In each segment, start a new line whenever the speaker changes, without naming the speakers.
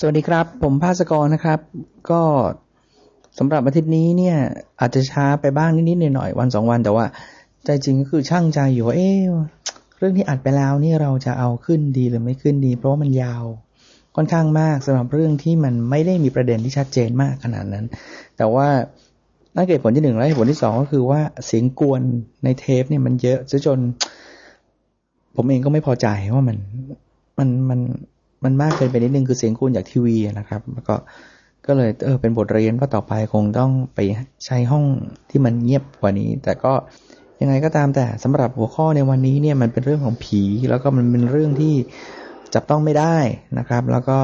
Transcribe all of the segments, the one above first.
วัสดีครับผมภาสกรนะครับก็สำหรับอาทิตย์นี้เนี่ยอาจจะช้าไปบ้างนิดๆหน่อยๆวัน2วันแต่ว่าใจจริงก็คือชั่งใจอยู่ว่าเรื่องที่อัดไปแล้วนี่เราจะเอาขึ้นดีหรือไม่ขึ้นดีเพราะว่ามันยาวค่อนข้างมากสำหรับเรื่องที่มันไม่ได้มีประเด็นที่ชัดเจนมากขนาดนั้นแต่ว่านั่นเหตุผลที่1และเหตุผลที่2ก็คือว่าเสียงกวนในเทปเนี่ยมันเยอะจนผมเองก็ไม่พอใจว่ามันมากเกินไปนิดนึงคือเสียงคูณจากทีวีนะครับแล้วก็เลยเป็นบทเรียนว่าต่อไปคงต้องไปใช้ห้องที่มันเงียบกว่านี้แต่ก็ยังไงก็ตามแต่สำหรับหัวข้อในวันนี้เนี่ยมันเป็นเรื่องของผีแล้วก็มันเป็นเรื่องที่จับต้องไม่ได้นะครับแล้วก็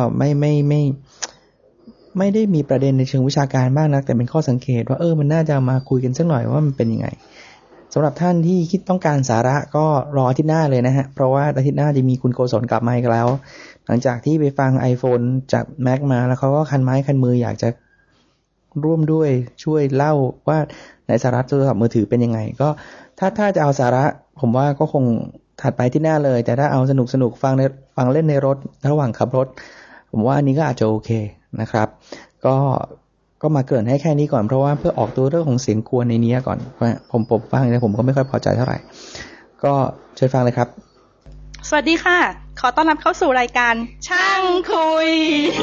ไม่ได้มีประเด็นในเชิงวิชาการมากนักแต่เป็นข้อสังเกตว่ามันน่าจะมาคุยกันสักหน่อยว่ามันเป็นยังไงสำหรับท่านที่คิดต้องการสาระก็รออาทิตย์หน้าเลยนะฮะเพราะว่าอาทิตย์หน้าจะมีคุณโกศลกลับมาอีกแล้วหลังจากที่ไปฟัง iPhone จาก Mac มาแล้วเขาก็คันไม้คันมืออยากจะร่วมด้วยช่วยเล่าว่าในสาระโทรศัพท์มือถือเป็นยังไงก็ถ้าจะเอาสาระผมว่าก็คงถัดไปที่หน้าเลยแต่ถ้าเอาสนุกฟังเล่นในรถระหว่างขับรถผมว่าอันนี้ก็อาจจะโอเคนะครับก็มาเกริ่นให้แค่นี้ก่อนเพราะว่าเพื่อออกตัวเรื่องของเสียงกวนในนี้ก่อนผมฟังแล้วผมก็ไม่ค่อยพอใจเท่าไหร่ก็เชิญฟังเลยครับ
สวัสดีค่ะขอต้อนรับเข้าสู่รายการช่างคุย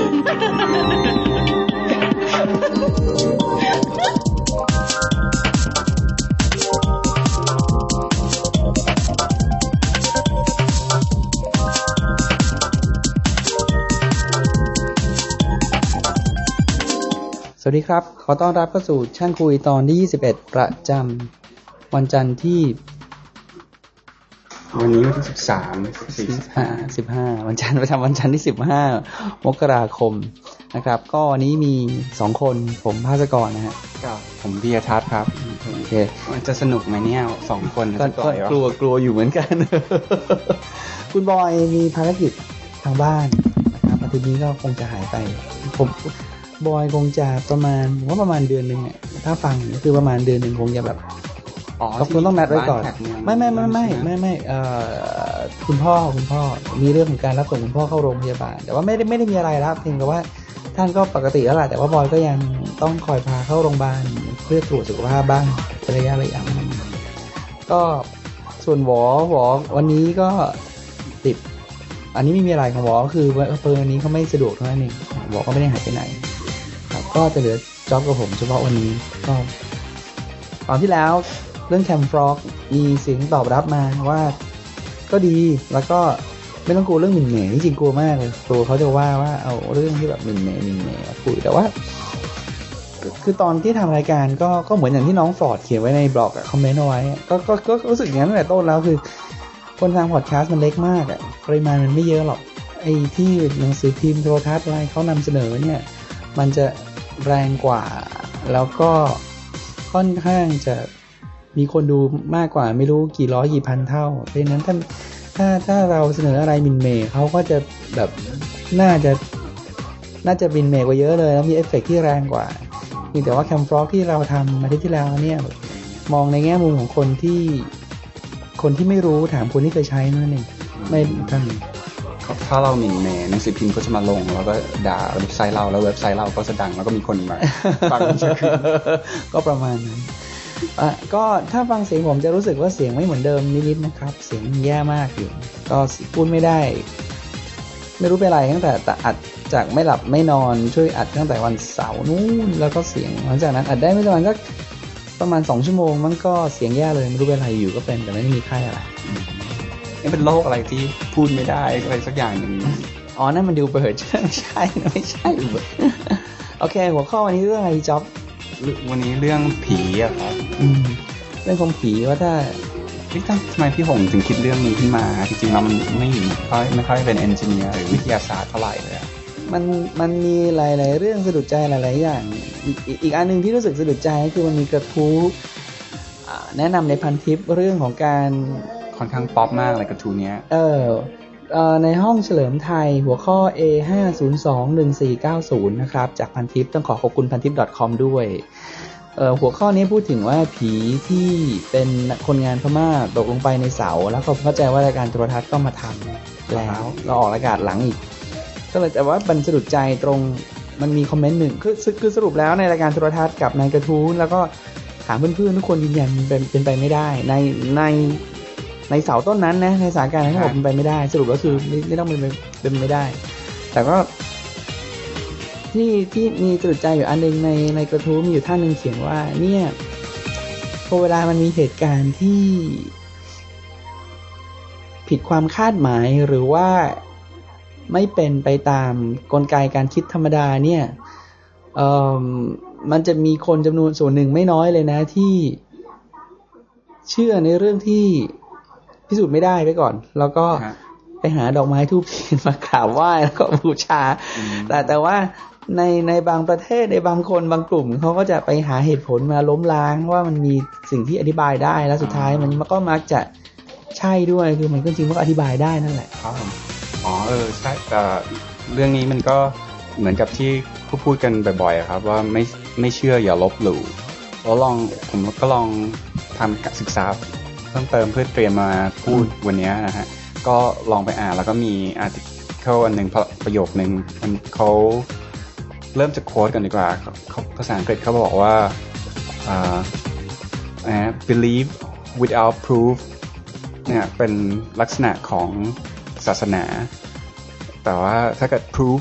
สวัสดีครับขอต้อนรับเข้าสู่ช่างคุยตอนที่21ประจำวันจันทร์ที่
วันนี้วันที่
15วันจันทร์ประจำวันจันทร์ที่15มกราคมนะครับก็วันนี้มี2คนผมภาสกรนะฮะ
กับผมเบียร์ทัศน์ครับ
โอเค
มันจะสนุกไหมเนี่ย2คน
ก็กลัวอยู่เหมือนกัน คุณบอยมีภารกิจทางบ้านนะครับอาทิตย์นี้ก็คงจะหายไปผมบอยคงจะประมาณเดือนนึงอ่ะถ้าฟังคือประมาณเดือนนึงคงจะแบบคุณต้องนัดไว้ก่อนไม่คุณพ่อมีเรื่องของการรับส่งคุณพ่อเข้าโรงพยาบาลแต่ว่าไม่ได้มีอะไรแล้วเพียงแต่ว่าท่านก็ปกติแล้วแหละแต่ว่าบอยก็ยังต้องคอยพาเข้าโรงพยาบาลเพื่อตรวจสุขภาพบ้างระยะก็ส่วนหวอวันนี้ก็ติดอันนี้ไม่มีอะไรของหวอคือวันนี้เขาไม่สะดวกเท่านั้นเองหวอก็ไม่ได้หายไปไหนก็จะเหลือจ็อบกับผมเฉพาะวันนี้ก็ตอนที่แล้วเรื่องแคมฟรอกมีเสียงตอบรับมาว่าก็ดีแล้วก็ไม่ต้องกลัวเรื่องหมิ่นเหม่จริงๆกลัวมากเลยกลัวเขาจะว่าเอาเรื่องที่แบบหมิ่นเหม่คุยแต่ว่าคือตอนที่ทำรายการก็เหมือนอย่างที่น้องฟอร์ดเขียนไว้ในบล็อกคอมเมนต์เอาไว้ก็รู้สึกอย่างนั้นตั้งแต่ต้นแล้วคือคนทางพอดแคสต์มันเล็กมากปริมาณมันไม่เยอะหรอกไอ้ที่หนังสือพิมพ์โทรทัศน์อะไรเขานำเสนอเนี่ยมันจะแรงกว่าแล้วก็ค่อนข้างจะมีคนดูมากกว่าไม่รู้กี่ร้อยกี่พันเท่าเพราะฉะนั้นถ้าเราเสนออะไรมินเมย์เขาก็จะแบบน่าจะมินเมย์กว่าเยอะเลยแล้วมีเอฟเฟกต์ที่แรงกว่าแต่ว่าแคมฟรอกที่เราทำมาที่แล้วเนี่ยมองในแง่มุมของคนที่ไม่รู้ถามคนที่เคยใช้นั่นเองไม่ทัน
ถ้าเราหมิ่นเมย์หนังสือพิมพ์ก็จะมาลงแล้วก็ด่าเว็บไซต์เราแล้วเว็บไซต์เราก็จะดังแล้วก็มีคนมาฟัง
ก็ประมาณนั้นก็ถ้าฟังเสียงผมจะรู้สึกว่าเสียงไม่เหมือนเดิมนิดๆนะครับเสียงแย่มากอยู่ก็พูดไม่ได้ไม่รู้เป็นไรตั้งแต่อัดจากไม่หลับไม่นอนช่วยอัดตั้งแต่วันเสาร์นู้นแล้วก็เสียงหลังจากนั้นอัดได้ไม่ประมาณ2ชั่วโมงมันก็เสียงแย่เลยไม่รู้เป็นอะไรอยู่ก็เป็นแต่ไม่ได้มีไข้อะไร
นี่เป็นโรคอะไรที่พูดไม่ได้อะไรสักอย่างนึง
นั่นมันดูเปิดไม่ใช่โอเคหัวข้อวันนี้เรื่องอะไรจ๊อบ
วันนี้เรื่องผีอะครับ
เรื่องของผีว่าถ้า
ทำไมพี่หงถึงคิดเรื่องนี้ขึ้นมาจริงๆแล้วมันไม่ค่อยเป็นเอนจิเนียร์หรือวิทยาศาสตร์เท่าไหร่เลย
มันมีหลายๆเรื่องสะดุดใจหลายๆอย่างอีกอันนึงที่รู้สึกสะดุดใจคือมันมีกระทู้แนะนำในพันทิปเรื่องของการ
ค่อนข้างป๊อปมากเลยกระทู้เนี้ย
ในห้องเฉลิมไทยหัวข้อ A5021490 นะครับจากพันทิปต้องขอบคุณพันทิป .com ด้วยหัวข้อนี้พูดถึงว่าผีที่เป็นคนงานพม่าตกลงไปในเสาแล้วก็เข้าใจว่ารายการโทรทัศน์ก็มาทำแล้วเราออกอากาศหลังอีกก็เลยแต่ว่ามันสะดุดใจตรงมันมีคอมเมนต์หนึ่งคือสรุปแล้วในรายการโทรทัศน์กับในกระทู้แล้วก็ถามเพื่อนๆทุกคนยืนยันเป็นไปไม่ได้ในเสาต้นนั้นนะในสถานการณ์นั้นเขาบอกเป็นไปไม่ได้สรุปก็คือไม่ต้องเป็นไม่ได้แต่ก็ที่มีสะดุดใจอยู่อันนึงในกระทู้มีอยู่ท่านนึงเขียนว่าเนี่ยพอเวลามันมีเหตุการณ์ที่ผิดความคาดหมายหรือว่าไม่เป็นไปตามกลไกการคิดธรรมดาเนี่ยมันจะมีคนจำนวนส่วนหนึ่งไม่น้อยเลยนะที่เชื่อในเรื่องที่พิสูจน์ไม่ได้ไปก่อนแล้วก็ไปหาดอกไม้ธูปเทียนมากราบไหว้แล้วก็บูชาแต่ว่าในบางประเทศในบางคนบางกลุ่มเขาก็จะไปหาเหตุผลมาล้มล้างว่ามันมีสิ่งที่อธิบายได้แล้วสุดท้ายมันก็มักจะใช่ด้วยคือมันก็จริงว่าอธิบายได้นั่นแหละ
ครับใช่แต่เรื่องนี้มันก็เหมือนกับที่พูดกันบ่อยๆครับว่าไม่เชื่ออย่าลบหลู่แล้วผมก็ลองทำการศึกษาเพิ่มเติมเพื่อเตรียมมาพูดวันนี้นะฮะก็ลองไปอ่านแล้วก็มีอาร์ติเคิลอันหนึ่งประโยคนึงมันเขาเริ่มจากโค้ดกันดีกว่าภาษาอังกฤษเขาบอกว่าbelieve without proof เนี่ยเป็นลักษณะของศาสนาแต่ว่าถ้าเกิด proof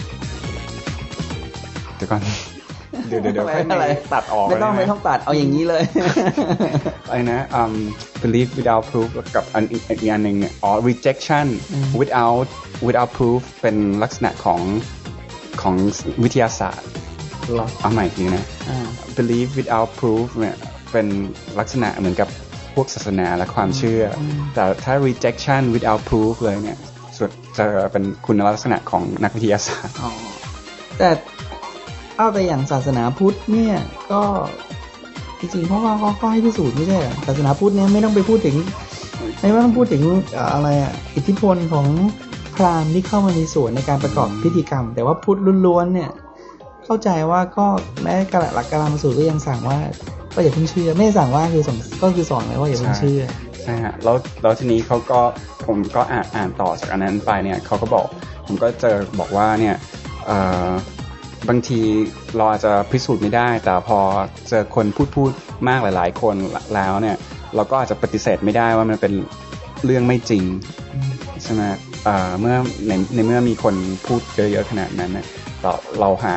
เดี๋ยวก่อนเดี๋ยวอะไรตัดออก
ไม่ต้องตัดเอาอย่างนี้เลย
อะไรนะ believe without proof กับอีกอันหนึ่งrejection without proof เป็นลักษณะของวิทยาศาสตร์เอาใหม่ทีนะ believe without proof เนี่ยเป็นลักษณะเหมือนกับพวกศาสนาและความเชื่อแต่ถ้า rejection without proof เลยเนี่ยจะเป็นคุณลักษณะของนักวิทยาศาสตร์
แต่อย่างศาสนาพุทธเนี่ยก็จริงๆเพราะว่าเขาให้พิสูจน์ไม่ใช่เหรอศาสนาพุทธเนี่ยไม่ต้องพูดถึงอะไรอิทธิพลของพราหมณ์ที่เข้ามามีส่วนในการประกอบพิธีกรรมแต่ว่าพุทธล้วนๆเนี่ยเข้าใจว่าก็แม้หลักการสูตรก็ยังสั่งว่าก็อย่าเพิ่งเชื่อไม่สั่งว่าคือสอนไว้ว่าอย่าเพิ่งเชื่อ
ใช่ฮะแล้วทีนี้ผมก็อ่านต่อจากอันนั้นไปเนี่ยเขาก็บอกผมก็บอกว่าเนี่ยบางทีเราอาจจะพิสูจน์ไม่ได้แต่พอเจอคนพูดมากหลายๆคนแล้วเนี่ยเราก็อาจจะปฏิเสธไม่ได้ว่ามันเป็นเรื่องไม่จริงใช่ไหมเมื่อในเมื่อมีคนพูดเยอะๆขนาดนั้นเนี่ยเราหา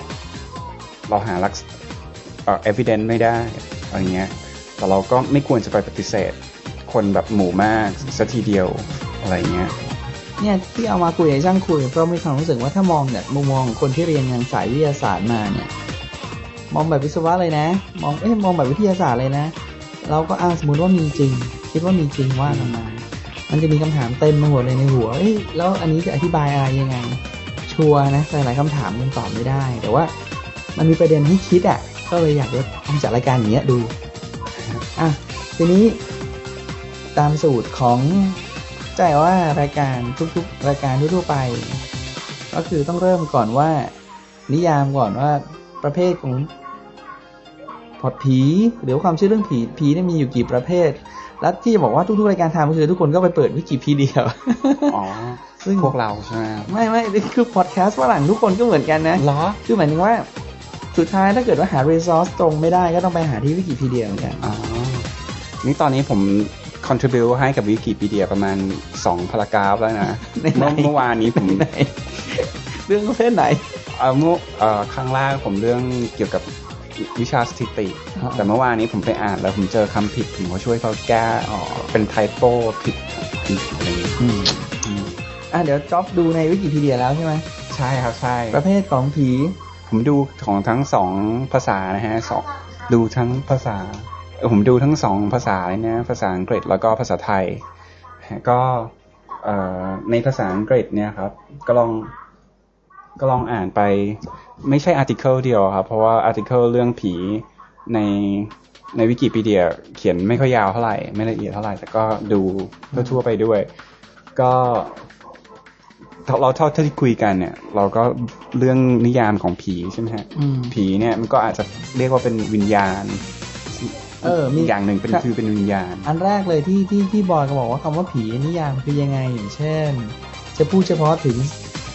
evidence ไม่ได้อะไรเงี้ยแต่เราก็ไม่ควรจะไปปฏิเสธคนแบบหมู่มากสักทีเดียวอะไรเงี้ย
เนี่ยที่เอามาคุยในช่างคุยเพราะมีความรู้สึกว่าถ้ามองเนี่ยมุมมองคนที่เรียนงานสายวิทยาศาสตร์มาเนี่ยมองแบบวิศวะเลยนะมองแบบวิทยาศาสตร์เลยนะเราก็สมมติว่ามีจริงคิดว่ามีจริงว่าทำไมมันจะมีคำถามเต็มไปหมดเลยในหัวแล้วอันนี้จะอธิบายอะไรยังไงชัวร์นะหลายคำถามมันตอบไม่ได้แต่ว่ามันมีประเด็นให้คิดก็เลยอยากจะทำจัดรายการอย่างเงี้ยดูทีนี้ตามสูตรของใจว่ารายการทุกๆรายการทั่วไปก็คือต้องเริ่มก่อนว่านิยามก่อนว่าประเภทของพอดผีหรือความเชื่อเรื่องผีเนี่ยมีอยู่กี่ประเภทและที่บอกว่าทุกๆรายการทำก็คือทุกคนก็ไปเปิดวิกิพีเดีย
ซึ่งพวกเราใช่ไหม
ไม่คือพอดแคสต์ฝรั่งทุกคนก็เหมือนกันนะคือหมายถึงว่าสุดท้ายถ้าเกิดว่าหา resource ตรงไม่ได้ก็ต้องไปหาที่วิกิพีเดียเหมือนกัน
นี่ตอนนี้ผมcontribute ให้กับวิกิพีเดียประมาณ2พารากราฟแล้วนะเมื่อวานนี้ผม
เรื่องประเภทไหน
ครั้งแรกผมเรื่องเกี่ยวกับวิชาสถิติแต่เมื่อวานนี้ผมไปอ่านแล้วผมเจอคำผิดผมก็ช่วยเขาแก้เป็นไทโปผิดอะไรอย่างนี้
เดี๋ยวจ๊อบดูในวิกิพีเดียแล้วใช่ไหม
ใช่ครับใช่
ประเภทของผี
ผมดูของทั้ง2ภาษานะฮะดูทั้งภาษาผมดูทั้ง2ภาษาเลยนะภาษาอังกฤษแล้วก็ภาษาไทยก็ในภาษาอังกฤษเนี่ยครับก็ลองอ่านไปไม่ใช่อาร์ติเคิลเดียวครับเพราะว่าอาร์ติเคิลเรื่องผีในวิกิพีเดียเขียนไม่ค่อยยาวเท่าไหร่ไม่ละเอียดเท่าไหร่แต่ก็ดูทั่วไปด้วยก็เราเท่าที่คุยกันเนี่ยเราก็เรื่องนิยามของผีใช่ไหมฮะผีเนี่ยมันก็อาจจะเรียกว่าเป็นวิญญาณมีอย่างหนึ่งคือเป็นวิญญาณ
อันแรกเลยที่บอยก็บอกว่าคำว่าผีนิยามคือยังไงอย่างเช่นจะพูดเฉพาะถึง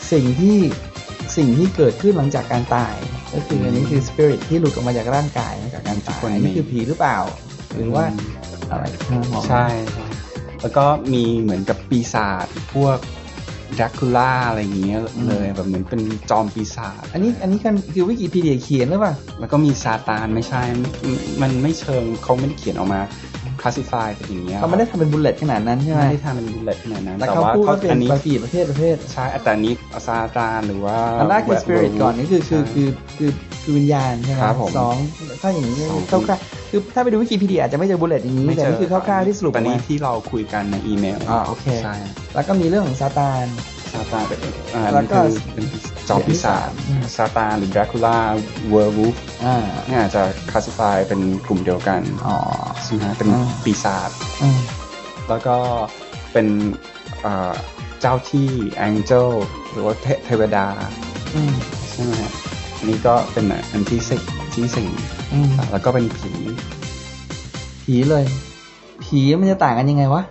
สิ่งที่เกิดขึ้นหลังจากการตายก็คืออันนี้คือสปิริตที่หลุดออกมาจากร่างกายหลังจากการตายอันนี้คือผีหรือเปล่าหรือว่าอะไร
ใช่แล้วก็มีเหมือนกับปีศาจพวกดรากูล่าอะไรอย่างเงี้ยเลยแบบเหมือนเป็นจอมปีศาจ
อันนี้คือวิกิพีเดียเขียนหรือเปล่า
แล้วก็มีซาตานไม่ใช่มันไม่เชิงเขาไม่ได้เขียนออกมาคลาสสิฟายเป็นอย่างเงี้ย
เขาไม่ได้ทำเป็นบุลเลตขนาดนั้นใช่ไหม
ไม่ได้ทำเป็นบุลเลตขนาดนั้น
แต่ว่าเขาเป็นประเภท
ใช่แต่นี้ซาตานหรือว่า
อันแรกคือสปิริตก่อนนี่คือวิญญาณใช่ไหมสองถ้าอย่างนี้คร่าวๆคือถ้าไปดูวิกิพีเดียอาจจะไม่เจอบุลเลตอย่างนี้แต่นี่คือคร่าวๆที่สรุป
มาตอนนี้ที่เราคุยกันในอีเมล
โอเคใช่แล้วก็มีเรื่องของซาตาน
เป็นแล้วก็เป็นจอมปีศาจซาตานหรือดรากูล่าเวอร์วูฟเนี่ยจะคลาสสิฟายเป็นกลุ่มเดียวกันใช่ไหมเป็นปีศาจแล้วก็เป็นเจ้าที่แองเจิลหรือว่าเทวดาใช่ไหมนี่ก็เป็นอันที่สี่แล้วก็เป็นผี
เลยผีมันจะต่างกันยังไงวะ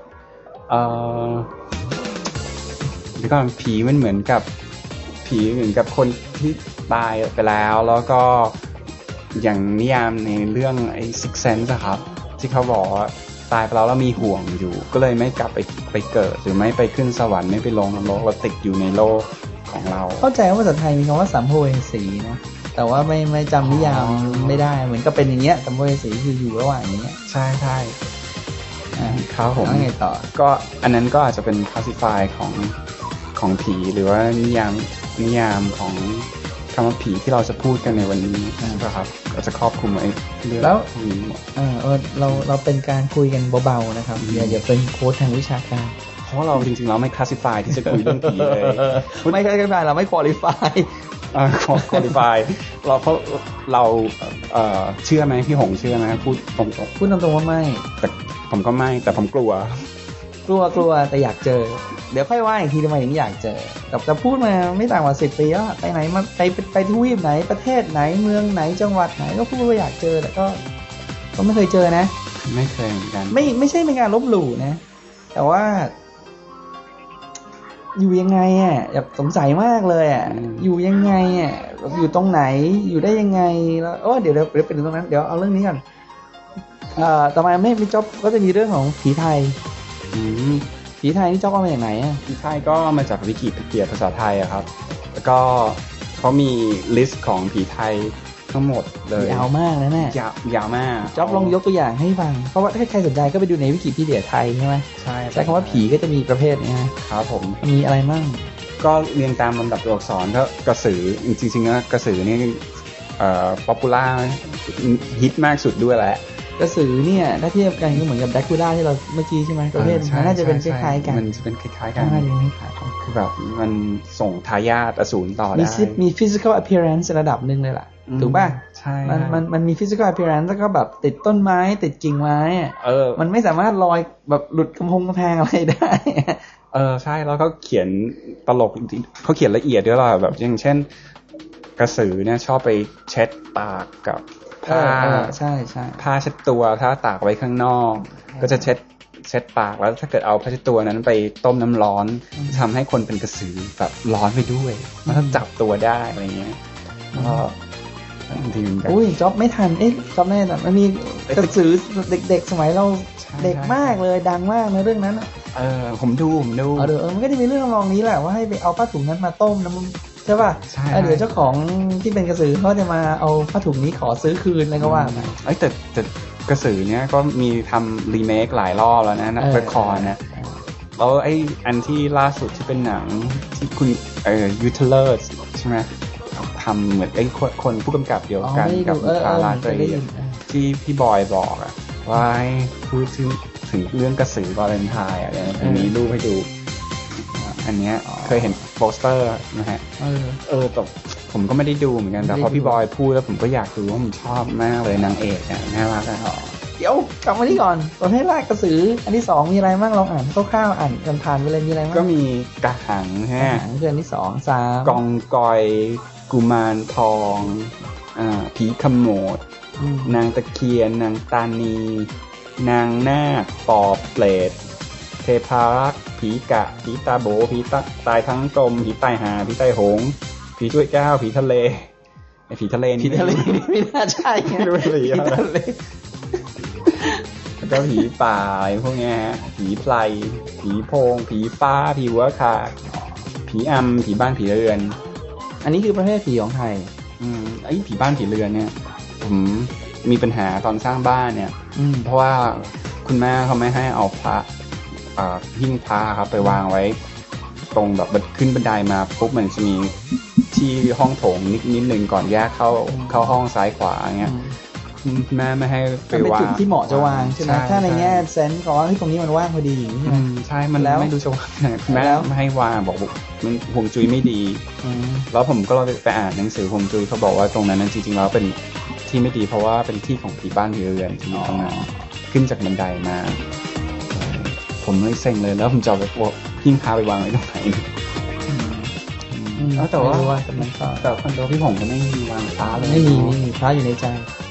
แล้วก็ผีมันเหมือนกับคนที่ตายไปแล้วก็อย่างนิยามในเรื่องไอ้ Six Sense ครับที่เขาบอกว่าตายไปแล้วมีห่วงอยู่ก็เลยไม่กลับไปเกิดหรือไม่ไปขึ้นสวรรค์ไม่ไปลงนรกแล้วติดอยู่ในโลกของเรา
เข้าใจว่าภาษาไทยมีคำว่าสัมภเวสีนะแต่ว่าไม่จำนิยามไม่ได้เหมือนก็เป็นอย่างเงี้ยสัมภเวสีคืออยู่ระหว่างอย่างเงี้ย
ใช่ครับผม
ไงต่อ
ก็อันนั้นก็อาจจะเป็นคลาสสิฟายของผีหรือว่านิยามของคำว่าผีที่เราจะพูดกันในวันนี้นะครับก็จะครอบคลุมไอ้เรื่อง
แล้วเราเป็นการคุยกันเบาๆนะครับอย่าเป็นโค้ดทางวิชาการ
เพราะเราจริงๆเราไม่คลาสสิฟายที่จะคุยเรื่องผีเลย
ไม่คลาสสิฟายเราไม่ควอลิฟาย
ควอลิฟายเราเชื่อไหมพี่หงเชื่อไหมพูดต
รงๆว่าไม่
แต่ผมก็ไม่แต่ผมกลัว
แต่อยากเจอเดี๋ยวค่อยว่าอีกทีทำไมถึงอยากเจอแต่พูดมาไม่ต่างกว่า10 ปีแล้วไปไหนมาไปทวีปไหนประเทศไหนเมืองไหนจังหวัดไหนก็พูดว่าอยากเจอแต่ก็ไม่เคยเจอนะ
ไม่เคยเหมือนกัน
ไม่ใช่เป็นการลบหลู่นะแต่ว่าอยู่ยังไงอยากสงสัยมากเลยอยู่ยังไงอยู่ตรงไหนอยู่ได้ยังไงแล้วเดี๋ยวเป็นตรงนั้นเดี๋ยวเอาเรื่องนี้ก่อนต่อมาไม่จบก็จะมีเรื่องของผีไทยผีไทยนี่เจ้าก็มาจากไหน
ผีไทยก็มาจากวิกิพีเดียภาษาไทยครับแล้วก็เขามีลิสต์ของผีไทยทั้งหมดเลย
ยาวมากนะแม่
ยาวมาก
จ๊อบลองยกตัวอย่างให้ฟังเพราะว่าถ้าใครสนใจก็ไปดูในวิกิพีเดียไทยใช่ไหมใช้คำว่าผีก็จะมีประเภทนี้
ครับผม
มีอะไรมั่ง
ก็เรียงตามลำดับตัวอักษรก็กระสือจริงๆนะกระสือนี่ป๊อปปูล่าฮิตมากสุดด้วยแหละ
กระสือเนี่ยถ้าเทียบกันก็เหมือนกับดรากูล่าที่เราเมื่อกี้ใช่ไหมประเภทน่าจะเป็นคล้ายๆกัน
มันจะเป็นคล้ายๆกันคือแบบมันส่งทายาทอสูรต่อได้
มี physical appearance ระดับหนึ่งเลยล่ะถูกป่ะ
ใช่
มันมี physical appearance แล้วก็แบบติดต้นไม้ติดกิ่งไม้มันไม่สามารถลอยแบบหลุดกำแพงอะไรได้
ใช่แล้วก็เขียนตลกเขาเขียนละเอียดด้วยล่ะแบบอย่างเช่นกระสือเนี่ยชอบไปเช็ดปากกับผ้า
ใช่
ผ้าเช็ดตัวถ้าตากไว้ข้างนอกก็จะเช็ดปากแล้วถ้าเกิดเอาผ้าเช็ดตัวนั้นไปต้มน้ำร้อนทำให้คนเป็นกระสือแบบร้อนไปด้วยแล้วจับตัวได้อะไรเงี้ยก็ดีเหมือนกัน
จ๊อบไม่ทันจ๊อบแน่แต่มันมีกระสือเด็กๆสมัยเราเด็กมากเลยดังมากในเรื่องนั้น
ผมดู
มันก็จะมีเรื่องรองนี้แหละว่าให้ไปเอาผ้าถุงนั้นมาต้มน้ำใช่ป่ะเดี๋ยวเจ้าของที่เป็นกระสือเขาจะมาเอาผ้าถุงนี้ขอซื้อคืนอะไรก็ว่าไป
แต่กระสือเนี้ยก็มีทำรีเมคหลายรอบแล้วนะละครนะแล้วไอ้อันที่ล่าสุดที่เป็นหนังที่คุณยูเทเลอร์ใช่ไหมทำเหมือนไอ้คนผู้กำกับเดียวกันกับคาราเตยที่พี่บอยบอกว่าให้พูดถึงเรื่องกระสือวาเลนไทน์อะไรมีรูปให้ดูอันเนี้ยเคยเห็นโปสเตอร์นะฮะแต่ผมก็ไม่ได้ดูเหมือนกันแต่พอพี่บอยพูดแล้วผมก็อยากดูว่าผมชอบมากเลยนางเอกน่ารัก
เดี๋ยวกลับมาที่ก่อนประเภทแรกกระสืออันที่2มีอะไรบ้างลองอ่านคร่าวๆอ่านผ่านไปเลยมีอะไรบ้าง
ก็มีกระหังฮะ
คืออันที่2 3
กองกอยกุมารทองผีขโมดนางตะเคียนนางตานีนางนาคปอบเปรตเทพารักษ์ผีกะผีตาโบผีตายทั้งกลมผีตายหาผีตายโหงผีถ้วยแก้วผีทะเลไอ้ผีทะเลนี่
ไม่น่าใช่
ไม่รู้ผีทะเลแล้วก็ผีป่าอะไรพวกนี้ฮะผีไพรผีโพงผีฟ้าผีหัวขาดผีอำผีบ้านผีเรือน
อันนี้คือประเภทผีของไทย
ไอ้ผีบ้านผีเรือนเนี่ยผมมีปัญหาตอนสร้างบ้านเนี่ยเพราะว่าคุณแม่เขาไม่ให้เอาพระหิ้งพระครับไปวางไว้ตรงแบบขึ้นบันไดมาปุ๊บมันจะมีที่ห้องโถงนิดนึงก่อนแยกเข้าห้องซ้ายขวาอย่างเงี้ยแม่ไม่ให้ไปวาง
เป็นจุดที่เหมาะจะวางใช่ไหมถ้าในแง่เซนส์ก็ว่าตรงนี้มันว่างพอดีใช่ไหม
ใช่มันแล้วไม่รู้จะวางแม่ไม่ให้วางบอกมันห่วงจุ้ยไม่ดีแล้วผมก็ไปอ่านหนังสือห่วงจุ้ยเขาบอกว่าตรงนั้นจริงๆแล้วเป็นที่ไม่ดีเพราะว่าเป็นที่ของผีบ้านผีเรือนที่ตรงนั้นขึ้นจากบันไดมาผมเลยเซ็งเลยแล้วผมจะไปหิ้งพาไปวางไว้ตรงไหนแต่ว่าแต่คอนโดพี่ผมก็ไม่มีวางพระเลย
ไม่มีพระอยู่ในใจ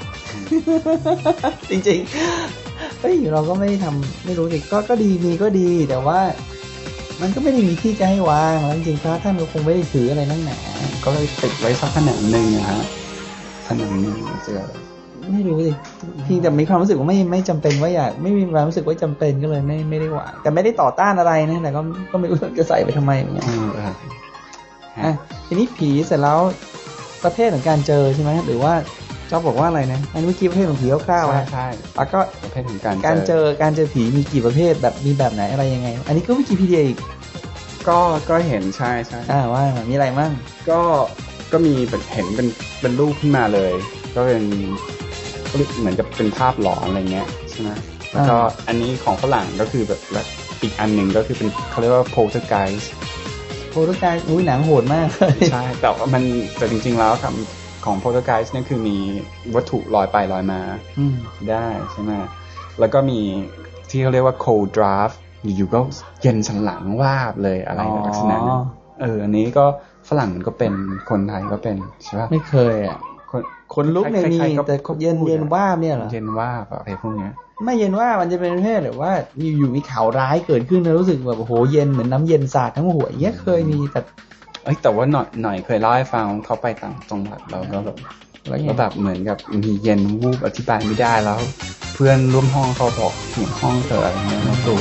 จริงๆเฮ้ยเราก็ไม่ได้ทำไม่รู้สิก็ดีมีก็ดีแต่ว่ามันก็ไม่ได้มีที่จะให้วางแล้วจริงๆพระท่านก็คงไม่ได้ถืออะไรนั่งหนา
ก็เลยติดไว้สักขนาดนึงนะฮะขนาดนึงเจอ
ไม่รู้สิเพียงแต่มีความรู้สึกว่าไม่จำเป็นว่าอยากไม่มีความรู้สึกว่าจำเป็นก็เลยไม่ได้วางแต่ไม่ได้ต่อต้านอะไรนะแต่ก็ไม่รู้จะใส่ไปทำไมอย่างเงี้ยทีนี้ผีเสร็จแล้วประเภทของการเจอใช่ไหมหรือว่าชอบบอกว่าอะไรนะอันนี้เมื่อกี้ประเภทของผีคร่าว
ๆใช่
แล้วก็
ประเภทของการ
เจอผีมีกี่ประเภทแบบมีแบบไหนอะไรยังไงอันนี้ก็วิกิพีเดียอีก
ก็เห็นใช่
ว่ามีอะไรมั่ง
ก็มีเห็นเป็นรูปขึ้นมาเลยก็เป็นเหมือนกับเป็นภาพหลอนอะไรเงี้ยใช่ไหมแล้วก็อันนี้ของฝรั่งก็คือแบบอีกอันหนึ่งก็คือเป็นเขาเรียกว่า poltergeist
อุ้ยหนังโหดมาก
ใช่แต่จริงๆแล้วครับของ poltergeist เนี่ยคือมีวัตถุลอยไปลอยมาได้ใช่ไหมแล้วก็มีที่เขาเรียกว่า cold draft อยู่ๆก็เย็นสันหลังวาบเลยอะไรลักษณะนั้นอันนี้ก็ฝรั่งมันก็เป็นคนไทยก็เป็นใช่ป่ะ
ไม่เคยอ่ะคนลุกเนี่ยมีแต่เย็นว่าบเนี่ยเหรอ
เย็นว่าบอะไรพวกเนี้ย
ไม่เย็นว่ามันจะเป็นประเภทหรือว่าอยู่มีข่าวร้ายเกิดขึ้นแล้วรู้สึกแบบโอ้โหเย็นเหมือนน้ำเย็นสาดทั้งหัวอย่างเงี้ยเคยมี
แต่ว่าหน่อยเคยเล่าให้ฟังเขาไปต่างจังหวัดเราก็แบบแล้วแบบเหมือนกับมีเย็นวูบอธิบายไม่ได้แล้วเพื่อนร่วมห้องเขาบอกเห็นห้องเธออะไรเงี้ยมาดู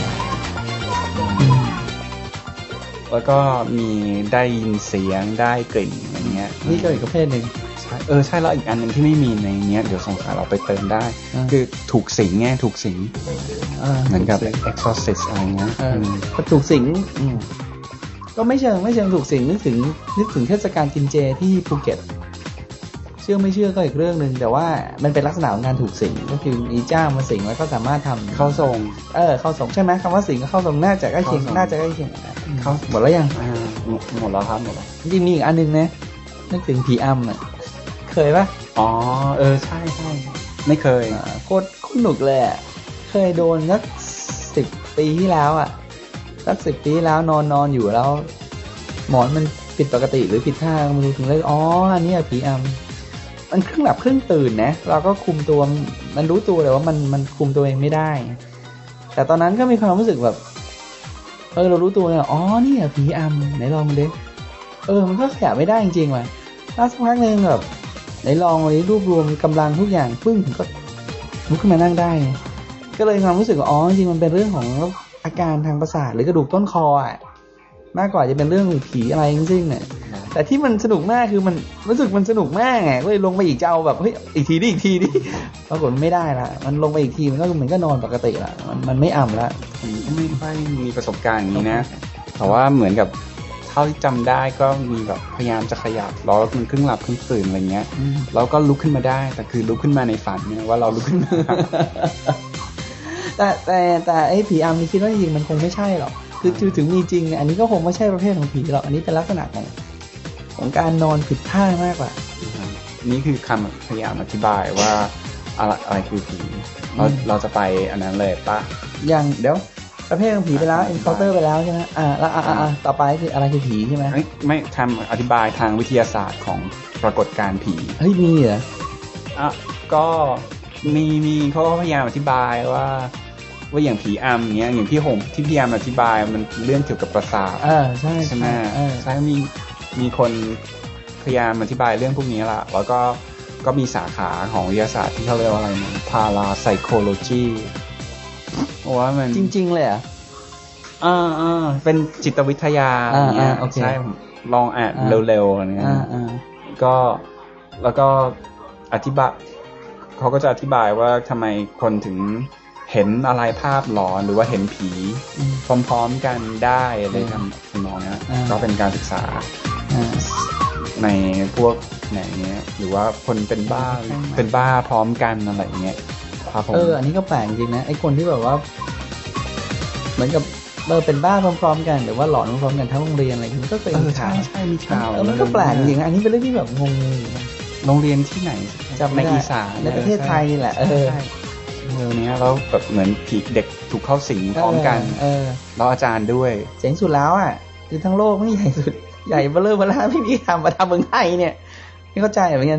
แล้วก็มีได้ยินเสียงได้กลิ่นอะไรเงี้ย
นี่ก็อีกประเภทนึง
ใช่แล้วอีกอันนึงที่ไม่มีในเนี้ยเดี๋ยวสงสัยเราไปเติมได้คือถูกสิงไงถูกสิงเหมือนกับ exorcist อะไรเงี้ย
ถูกสิงก็ไม่เชิงถูกสิงนึกถึงเทศกาลกินเจที่ภูเก็ตเชื่อไม่เชื่อก็อีกเรื่องนึงแต่ว่ามันเป็นลักษณะของการถูกสิงก็คือมีเจ้ามาสิงแล้วก็สามารถทำ
เข้าทรง
เข้าทรงใช่ไหมคำว่าสิงก็เข้าทรงน่าจะใกล้เคียงเข้าหมดแล้วยัง
หมดแล้วครับหมดแล้ว
จริงมีอีกอันนึงนะนึกถึงผีอำอ่ะเคยปะ
ใช่ไม่เคย
โคตรหนุกเลยอ่ะเคยโดนสัก10 ปีที่แล้วอ่ะสัก10 ปีแล้วนอนอยู่แล้วหมอนมันผิดปกติหรือผิดท่าไม่รู้ถึงเลยอันนี้ผีอำมันครึ่งหลับครึ่งตื่นนะเราก็คุมตัวมันรู้ตัวเลยว่ามันคุมตัวเองไม่ได้แต่ตอนนั้นก็มีความรู้สึกแบบเรารู้ตัวเลยนี่ผีอำไหนลองมาดิมันก็ขยับไม่ได้จริงๆว่ะแล้วสักพักนึงแบบไหนลองวันนี้รวบรวมกำลังทุกอย่างปึ้งก็ลุกขึ้นมานั่งได้ก็เลยความรู้สึกว่าจริงมันเป็นเรื่องของอาการทางประสาทหรือกระดูกต้นคอมากกว่าจะเป็นเรื่องผีอะไรจริงๆเนี่ยแต่ที่มันสนุกมากคือมันรู้สึกมันสนุกมากไงก็เลยลงไปอีกจะเอาแบบอีกทีดิปรากฏมันไม่ได้ละมันลงไปอีกทีมันก็เหมือนก็นอนปกติละมันไม่อ่ำละ
ไม่ค่อยมีประสบการณ์อย่างนี้นะแต่ว่าเหมือนกับเท่าที่จำได้ก็มีแบบพยายามจะขยับแล้วมันครึ่งหลับครึ่งตื่นอะไรเงี้ยแล้วก็ลุกขึ้นมาได้แต่คือลุกขึ้นมาในฝันเนี่ยว่าเราลุกขึ้นมา
แต่ไอ้ผีอำนี่คิดว่าจริงๆมันคงไม่ใช่หรอกคือถึงมีจริงอันนี้ก็คงไม่ใช่ประเภทของผีหรอกอันนี้เป็นลักษณะของการนอนผิดท่ามากกว่า
นี่คือคำพยายามอธิบายว่าอะไรคือผีเราจะไปอันนั้นเลยปะ
อย่างเดี๋ยวประเภทของผีไปแล้ว encounter ไปแล้วใช่ไหมแล้วต่อไปคืออะไรคือผีใช่ไหม
ไม่ทำอธิบายทางวิทยาศาสตร์ของปรากฏการณ์ผี
มีเหรอ
ก็มีเขาพยายามอธิบายว่าว่าอย่างผีอำเงี้ยอย่างที่พี่อำอธิบายมันเรื่องเกี่ยวกับประสาทใช่ไหมใช่มีคนพยายามอธิบายเรื่องพวกนี้ละแล้วก็มีสาขาของวิทยาศาสตร์ที่เขาเรียกว่าอะไรนะ parapsychology ว่ามัน
จริงๆเลยอ่ะ
เป็นจิตวิทยาอย่างเงี้ยใช่ลองอ่านเร็วๆอะไรเงี้ยก็แล้วก็อธิบายเขาก็จะอธิบายว่าทำไมคนถึงเห็นอะไรภาพหลอนหรือว่าเห็นผีพร้อมๆกันได้อะไรทำนองนี้ก็เป็นการศึกษาในพวกไหนเนี้ยหรือว่าคนเป็นบ้าพร้อมกันอะไรเงี้ย
อันนี้ก็แปลกจริงนะไอ้คนที่แบบว่าเหมือนกับเป็นบ้าพร้อมๆกันหรือว่าหลอนพร้อมๆกันทั้งโรงเรียนอะไรมันก็เคยมีข่าว
ใช่มีข่าว
มันก็แปลกจริงอันนี้เป็นเรื่องที่แบบงง
โรงเรียนที่ไหนในอีสาน
ในประเทศไทยนี่แหละ
เนี้ยแล้วแบบเหมือนผีเด็กถูกเข้าสิงพร้อมกันแล้วอาจารย์ด้วย
เจ๋งสุดแล้วอ่ะคือทั้งโลกไม่ใหญ่สุดใหญ่เบ้อเร่อเบ้อร่าไม่มีทำมาทำเมืองไทยเนี่ยไม่เข้าใจเหมือนกัน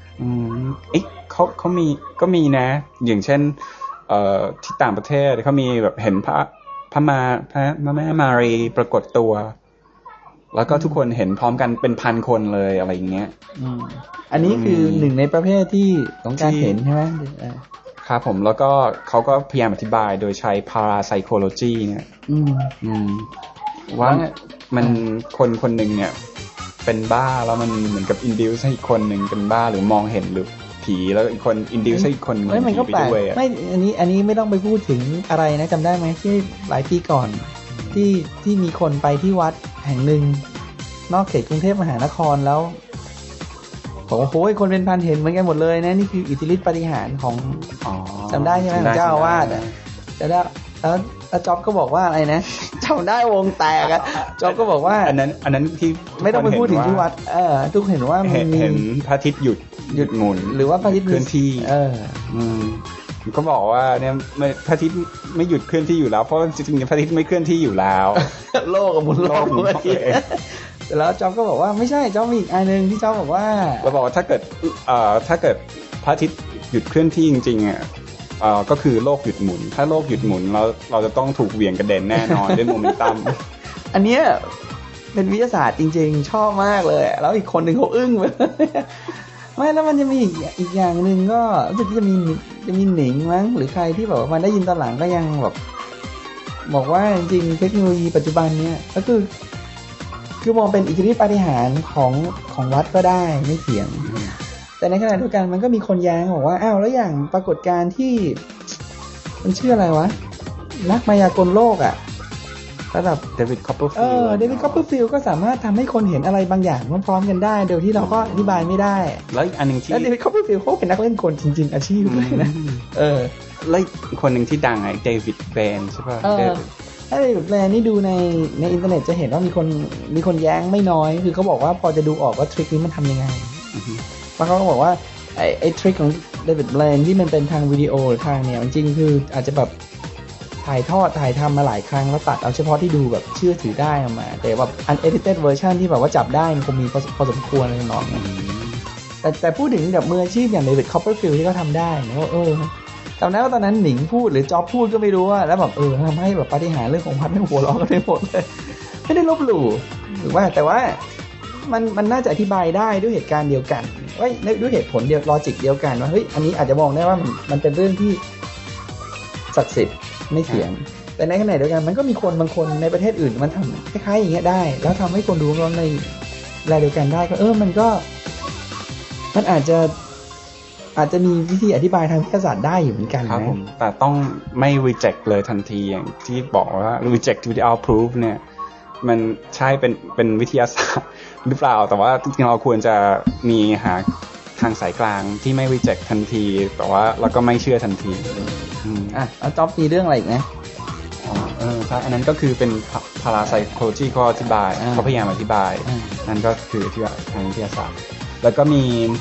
เขามีนะอย่างเช่นที่ต่างประเทศเขามีแบบเห็นพระแม่มารีปรากฏตัวแล้วก็ทุกคนเห็นพร้อมกันเป็นพันคนเลยอะไรอย่างเงี้ย
อันนี้คือหนึ่งในประเภทที่ของการเห็นใช่ไหม
ครับผมแล้วก็เขาก็พยายามอธิบายโดยใช้ parapsychology เนี่ยว่ามันคนหนึ่งเนี่ยเป็นบ้าแล้วมันเหมือนกับ induce ให้อีกคนหนึ่งเป็นบ้าหรือมองเห็นหรือผีแล้วอีกคน induce ให้อีกคนนึง
ผีไปด้วยไม่อันนี้ไม่ต้องไปพูดถึงอะไรนะจำได้ไหมที่หลายปีก่อนที่มีคนไปที่วัดแห่งหนึ่งนอกเขตกรุงเทพมหานครแล้วโอ้โหคนเป็นพันเห็นเหมือนกันหมดเลยนะนี่คืออิทธิฤทธิปาฏิหาริย์ของจำได้ใช่ไหมของเจ้าอาวาสจะได้แล้วจ๊อบก็บอกว่าอะไรนะจำได้วงแตกอะจ๊อบก็บอกว่า
อันนั้นที่
ไม่ต้องไปพูดถึงที่วัดทุกเห็นว่ามัน
เห็นพระอาทิตย์หยุดหมุน
หรือว่าพระอาทิตย์
เคลื่อนที่ก็บอกว่าเนี่ยพระอาทิตย์ไม่หยุดเคลื่อนที่อยู่แล้วเพราะจริงๆพระอาทิตย์ไม่เคลื่อนที่อยู่แล้ว
โลกกับหมุนโลกพระอาทิตย์แล้วจ๊อบก็บอกว่าไม่ใช่จ๊อบมีอีกอันนึงที่จ๊อบบอกว่า
เราบอกว่าถ้าเกิดพระอาทิตย์หยุดเคลื่อนที่จริงๆอ่ะก็คือโลกหยุดหมุนถ้าโลกหยุดหมุนเราจะต้องถูกเหวี่ยงกระเด็นแน่นอนด้วยโมเมนตัม
อันเนี้ยเป็นวิทยาศาสตร์จริงๆชอบมากเลยแล้วอีกคนหนึ่งเขาอึ้งไปไม่แล้วมันจะมีอีกอย่างหนึ่งก็รู้สึกจะมีหนิงมั้งหรือใครที่แบบว่ามันได้ยินตอนหลังก็ยังแบบบอกว่าจริงๆเทคโนโลยีปัจจุบันเนี้ยก็คือมองเป็นอิทธิฤทธิปาฏิหาริย์ของวัดก็ได้ไม่เถียงแต่ในขณะเดียวกันมันก็มีคนแย้งบอกว่าอ้าวแล้วอย่างปรากฏการณ์ที่มันชื่ออะไรวะนักมายากลโลกอะระดับ
เดวิดคอปเปอร์ฟิลด์
เดวิดคอปเปอร์ฟิลด์ก็สามารถทำให้คนเห็นอะไรบางอย่างพร้อมๆกันได้โดยที่เราก็อธิบายไม่ได้
แล้วอันนึงที่
เดวิดคอปเปอร์ฟิลด์เขาเป็นนักเล่นกลจริงๆอาชีพเลยนะ
แล้วคนหนึ่งที่ดังไอ้เดวิดแบนใช่ป่ะ
ถ้าเดวิดแบนนี่ดูในอินเทอร์เน็ตจะเห็นว่ามีคนแย้งไม่น้อยคือเขาบอกว่าพอจะดูออกว่าทริคนี้มันทำยังไงบางคนก็บอกว่าไอ้ทริคของเดวิดแบนที่มันเป็นทางวิดีโอหรือทางเนี่ยจริงๆคืออาจจะแบบถ่ายทำมาหลายครั้งแล้วตัดเอาเฉพาะที่ดูแบบเชื่อถือได้ออกมาแต่แบบ unedited version ที่แบบว่าจับได้มันคงมีพอสมควรอะไรน้องแต่พูดถึงแบบมืออาชีพอย่างเดวิดคอปเปอร์ฟิลด์ที่เขาทำได้นะว่าจำได้ว่าตอนนั้นหนิงพูดหรือจ๊อบพูดก็ไม่รู้ว่าแล้วแบบทำให้แบบปาฏิหาริย์เรื่องของพัดไม่หัวร้อนกันไปหมดเลยไม่ได้ลบหลู่หรือว่าแต่ว่ามันน่าจะอธิบายได้ด้วยเหตุการณ์เดียวกันว่าด้วยเหตุผลเดียวลอจิกเดียวกันว่าเฮ้ยอันนี้อาจจะมองได้ว่ามันเป็นเรื่องที่ศักดิ์สิทธิ์ไม่เถียงแต่ในขณะเดียวกันมันก็มีคนบางคนในประเทศอื่นมันทำคล้ายๆอย่างเงี้ยได้แล้วทำให้คนดูร้อนในรายเดียวกันได้ก็มันอาจจะมีวิธีอธิบายทางวิทยาศาสตร์ได้อยู่เหมือนกันนะ
แต่ต้องไม่ reject เลยทันทีอย่างที่บอกว่า reject without proof เนี่ยมันใช่เป็นวิทยาศาสตร์หรือเปล่าแต่ว่าจริงๆเราควรจะมีหาทางสายกลางที่ไม่ reject ทันทีแต่ว่าเราก็ไม่เชื่อทันที
แล้วจ๊อบมีเรื่องอะไรอีกนะ
ใช่อันนั้นก็คือเป็น parapsychology เขาอธิบายเขาพยายามอธิบายนั่นก็คือที่ทางวิทยาศาสตร์แล้วก็มี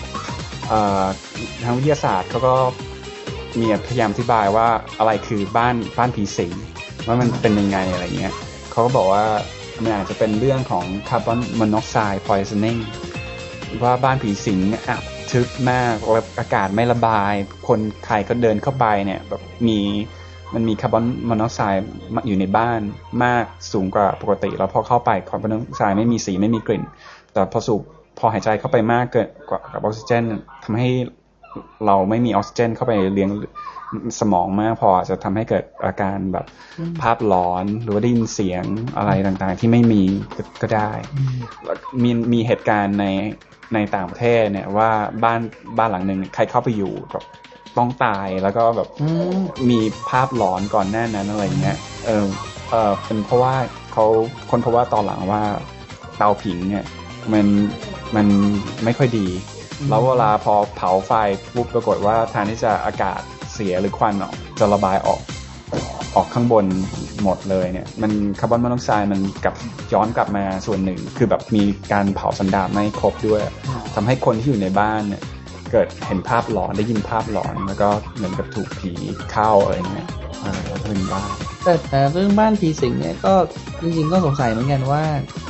ทางวิทยาศาสตร์เขาก็มีพยายามอธิบายว่าอะไรคือบ้านผีสิงว่ามันเป็นยังไงอะไรเงี้ยเขาก็บอกว่ามันอาจจะเป็นเรื่องของคาร์บอนมอนอกไซด์พอยซันนิ่งว่าบ้านผีสิงทึบมากแล้วอากาศไม่ระบายคนใครก็เดินเข้าไปเนี่ยแบบมีมันมีคาร์บอนมอนอกไซด์อยู่ในบ้านมากสูงกว่าปกติแล้วพอเข้าไปคาร์บอนมอนอกไซด์ไม่มีสีไม่มีกลิ่นแต่พอหายใจเข้าไปมากเกินกว่ากับออกซิเจนทำให้เราไม่มีออกซิเจนเข้าไปเลี้ยงสมองมากพอจะทำให้เกิดอาการแบบภาพหลอนหรือว่าได้ยินเสียงอะไรต่างๆที่ไม่มีก็ได้มีเหตุการณ์ในต่างประเทศเนี่ยว่าบ้านหลังหนึ่งใครเข้าไปอยู่แบบต้องตายแล้วก็แบบมีภาพหลอนก่อนหน้านั้นอะไรเงี้ยเป็นเพราะว่าเขาคนพบว่าตอนหลังว่าเตาผิงเนี่ยมันไม่ค่อยดีแล้วเวลาพอเผาไฟปุ๊บปรากฏว่าแทนที่จะอากาศเสียหรือควันออกจะระบายออกข้างบนหมดเลยเนี่ยมันคาร์บอนมอนอกไซด์มันย้อนกลับมาส่วนหนึ่งคือแบบมีการเผาสันดาปไม่ครบด้วยทำให้คนที่อยู่ในบ้านเนี่ยเกิดเห็นภาพหลอนได้ยินภาพหลอนแล้วก็เหมือนกับถูกผีเข้าอะไรเงี้ยแล้วก็เป็นบ้าน
แต่เรื่องบ้านผีสิงเนี่ยก็จริงๆก็สงสัยเหมือนกันว่า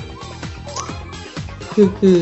คือ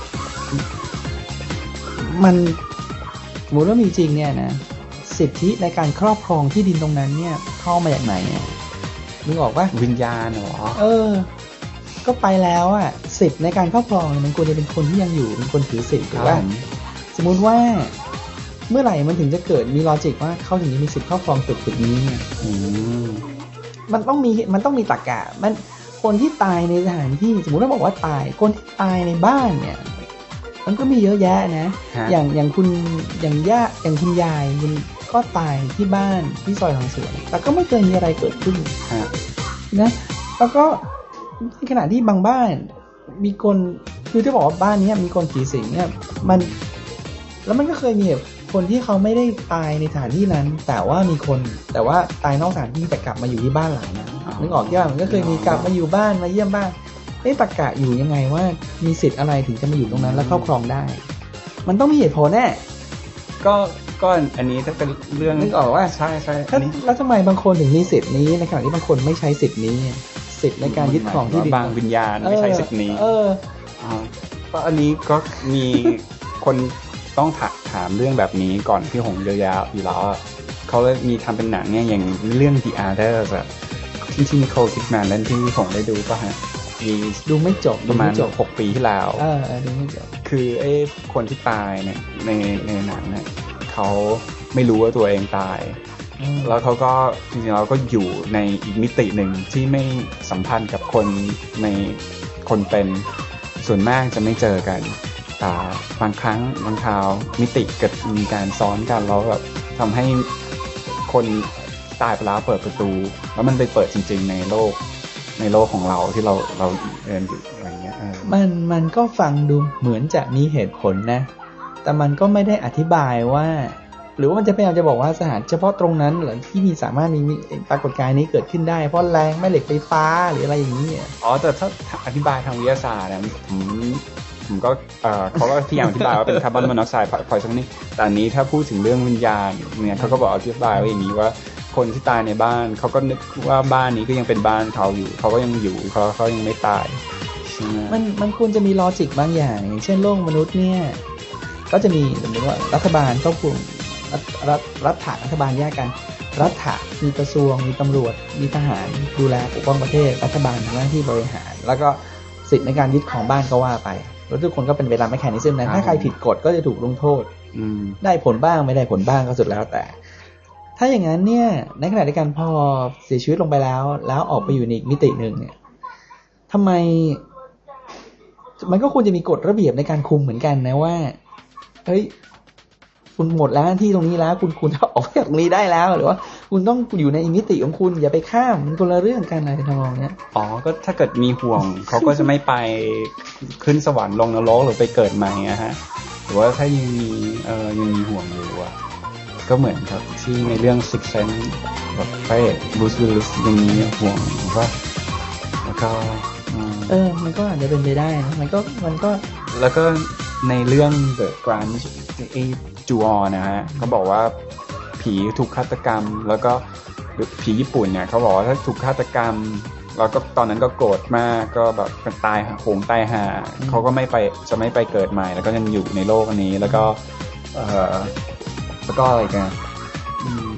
มันสมมติว่ามีจริงเนี่ยนะสิทธิในการครอบครองที่ดินตรงนั้นเนี่ยเข้ามาจากไหนนึกออกปะ
วิญญาณเหรอ
ก็ไปแล้วอ่ะสิทธิในการครอบครองมันควรจะเป็นคนที่ยังอยู่เป็นคนถือสิทธิ์ถูกป่ะสมมุติว่าเมื่อไหร่มันถึงจะเกิดมีลอจิกว่าเขาถึงจะมีสิทธิครอบครองตึกนี้เนี่ยมันต้องมีตรรกะมันคนที่ตายในสถานที่สมมุติว่าบอกว่าตายคนที่ตายในบ้านเนี่ยมันก็มีเยอะแยะนะอย่างคุณอย่างคุณยายคุณก็ตายที่บ้านที่ซอยหลังสวนแต่ก็ไม่เคยมีอะไรเกิดขึ้นนะแล้วก็ในขณะที่บางบ้านมีคนคือจะบอกว่าบ้านนี้มีคนผีสิงเนี่ยมันก็เคยมีคนที่เขาไม่ได้ตายในสถานที่นั้นแต่ว่าตายนอกสถานที่แต่กลับมาอยู่ที่บ้านหลังนั้นนึกออกยังมันก็เคยมีกลับมาอยู่บ้านมาเยี่ยมบ้านตรรกะอยู่ยังไงว่ามีสิทธิ์อะไรถึงจะมาอยู่ตรงนั้นแล้วครอบครองได้มันต้องมีเหตุผลแน่
ก็อันนี้ถ้าเป็นเรื่อง
นึกออกว่า
ใช่
แล้วทำไมบางคนถึงมีสิทธิ์นี้ในขณะที่บางคนไม่ใช้สิทธิ์นี้สิทธิ์ในการยึดครองที่ดิน
บางวิญญาณไม่ใช้สิทธิ์นี้ก็อันนี้ก็มีคนต้องถามเรื่องแบบนี้ก่อนพี่หงเยอะแยะอยู่แล้วเขาเลยมีทำเป็นหนังเนี่ยอย่างเรื่อง The Others ที่นิโคล คิดแมนเล่นที่พี่หงได้ดูป่ะฮะ
ดูไม่จบ
ประมาณ6 ปีที่แล้ว
ดูไม่จบ
คือคนที่ตายเนี่ยในหนังเนี่ยเขาไม่รู้ว่าตัวเองตายแล้วเขาก็จริงๆเราก็อยู่ในอีกมิติหนึ่งที่ไม่สัมพันธ์กับคนในคนเป็นส่วนมากจะไม่เจอกันแต่บางครั้งบางคราวมิติเกิดมีการซ้อนกันแล้วแบบทำให้คนตายไปแล้วเปิดประตูแล้วมันไปเปิดจริงๆในโลกของเราที่เราเดินอยู่อะไรเงี้ย
มันก็ฟังดูเหมือนจะมีเหตุผลนะแต่มันก็ไม่ได้อธิบายว่าหรือว่ามันจะพยายามจะบอกว่าสถานเฉพาะตรงนั้นหรือที่มีสามารถมีปรากฏการณ์นี้เกิดขึ้นได้เพราะแรงแม่เหล็กไฟฟ้าหรืออะไรอย่างนี้
แต่ถ้าอธิบายทางวิทยาศาสตร์เนี่ยผมก็เขาก็พยายามอธิบายว่าเป็นคาร์บอนมอนอกไซด์พอยซันนี่แต่อันนี้ถ้าพูดถึงเรื่องวิญญาณเนี่ยเขาก็บอกอธิบายว่าอย่างนี้ว่าคนที่ตายในบ้านเขาก็นึกว่าบ้านนี้ก็ยังเป็นบ้านเขาอยู่เขาก็ยังอยู่เขายังไม่ตาย
มันควรจะมีลอจิกบางอย่างอย่างเช่นโลกมนุษย์เนี่ยก็จะมีสมมติว่ารัฐบาลควบคุมรัฐบาลแยกกันรัฐะมีกระทรวงมีตำรวจมีทหารดูแลปกป้องประเทศรัฐบาลมีหน้าที่บริหารแล้วก็สิทธิในการยึดของบ้านก็ว่าไปแล้วทุกคนก็เป็นไปตามแมคแคนิซึมนั้นถ้าใครผิดกฎก็จะถูกลงโทษได้ผลบ้างไม่ได้ผลบ้างก็สุดแล้วแต่ถ้าอย่างนั้นเนี่ยในขณะเดียวกันพอเสียชีวิตลงไปแล้วออกไปอยู่ในอีกมิติหนึ่งเนี่ยทำไมมันก็ควรจะมีกฎระเบียบในการคุมเหมือนกันนะว่าเฮ้ยคุณหมดแล้วที่ตรงนี้แล้วคุณจะออกจากตรงนี้ได้แล้วหรือว่าคุณต้องอยู่ในมิติของคุณอย่าไปข้ามมันคนละเรื่องกันอะไรทำนองเนี้ย
ก็ถ้าเกิดมีห่วง เขาก็จะไม่ไปขึ้นสวรรค์ลงนรกหรือไปเกิดใหม่นะฮะหรือว่าถ้ายังมีห่วงอยู่ก็เหมือนครับที่ในเรื่อง Six Sense แบบพระเอกบรูซ วิลลิสยังมีห่วงว่าแล้วก็
มันก็อาจจะเป็นไปได้นะมันก็
แล้วก็ในเรื่อง The Grudge จูออนะฮะเขาบอกว่าผีถูกฆาตกรรมแล้วก็ผีญี่ปุ่นเนี่ยเขาบอกว่าถ้าถูกฆาตกรรมแล้วก็ตอนนั้นก็โกรธมากก็แบบตายโหงตายห่าเขาก็ไม่ไปเกิดใหม่แล้วก็ยังอยู่ในโลกนี้แล้วก็อะไรกัน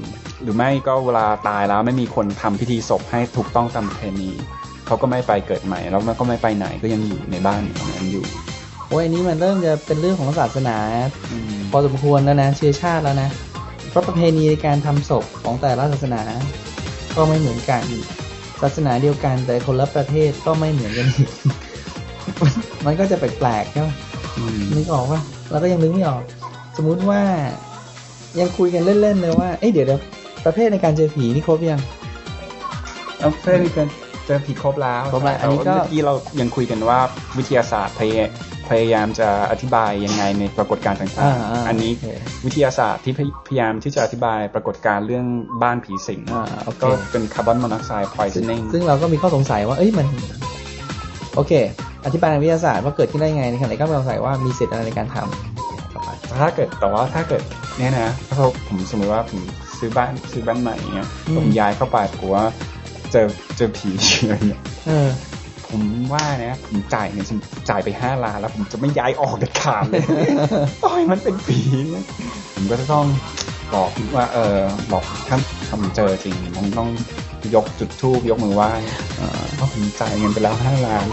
รือไม่ก็เวลาตายแล้วไม่มีคนทำพิธีศพให้ถูกต้องตามประเพณีเขาก็ไม่ไปเกิดใหม่แล้วมันก็ไม่ไปไหนก็ยังอยู่ในบ้านของนั้นอยู่
โอ้ยอันนี้มันเริ่มจะเป็นเรื่องของศาสนาพอสมควรแล้วนะเชื้อชาติแล้วนะเพราะประเพณีในการทำศพของแต่ละศาสนาก็ไม่เหมือนกันศาสนาเดียวกันแต่คนละประเทศก็ไม่เหมือนกันอีก มันก็จะแปลกๆใช่ไหมนึกออกป่ะเราก็ยังนึกไม่ออกสมมุติว่ายังคุยกันเล่นๆเลยว่าเดี๋ยวประเภทในการเจอผีนี่ครบยัง
ประเภทในการเจอผีครบแล้ว
อันนี้ก็
เมื่อกี้เรายังคุยกันว่าวิทยาศาสตร์พยายามจะอธิบายยังไงในปรากฏการณ์ต่างๆอันนี้วิทยาศาสตร์ที่พยายามที่จะอธิบายปรากฏการณ์เรื่องบ้านผีสิงก็เป็นคาร์บอนมอนอกไซด์พอยซ์นิ่ง
ซึ่งเราก็มีข้อสงสัยว่ามันโอเคอธิบายทางวิทยาศาสตร์ว่าเกิดขึ้นได้ไงในขณะที่ก็สงสัยว่ามีสิทธิ์อะไรในการทำ
ถ้าเกิดเนี่ยนะถ้าผมสมมติว่าผมซื้อบ้านใหม่เงี้ยผมย้ายเข้าไปผมว่าเจอผีอะไรเงี้ยผมว่านะผมจ่ายไป5 ล้านแล้วผมจะไม่ย้ายออกเด็ดขาดเลยต่อยมันเป็นผีผมก็จะต้องบอกว่าบอกถ้าผมเจอจริงผมต้องยกจุดธูปยกมือไหว้เพราะผมจ่ายเงินไปแล้ว5 ล้าน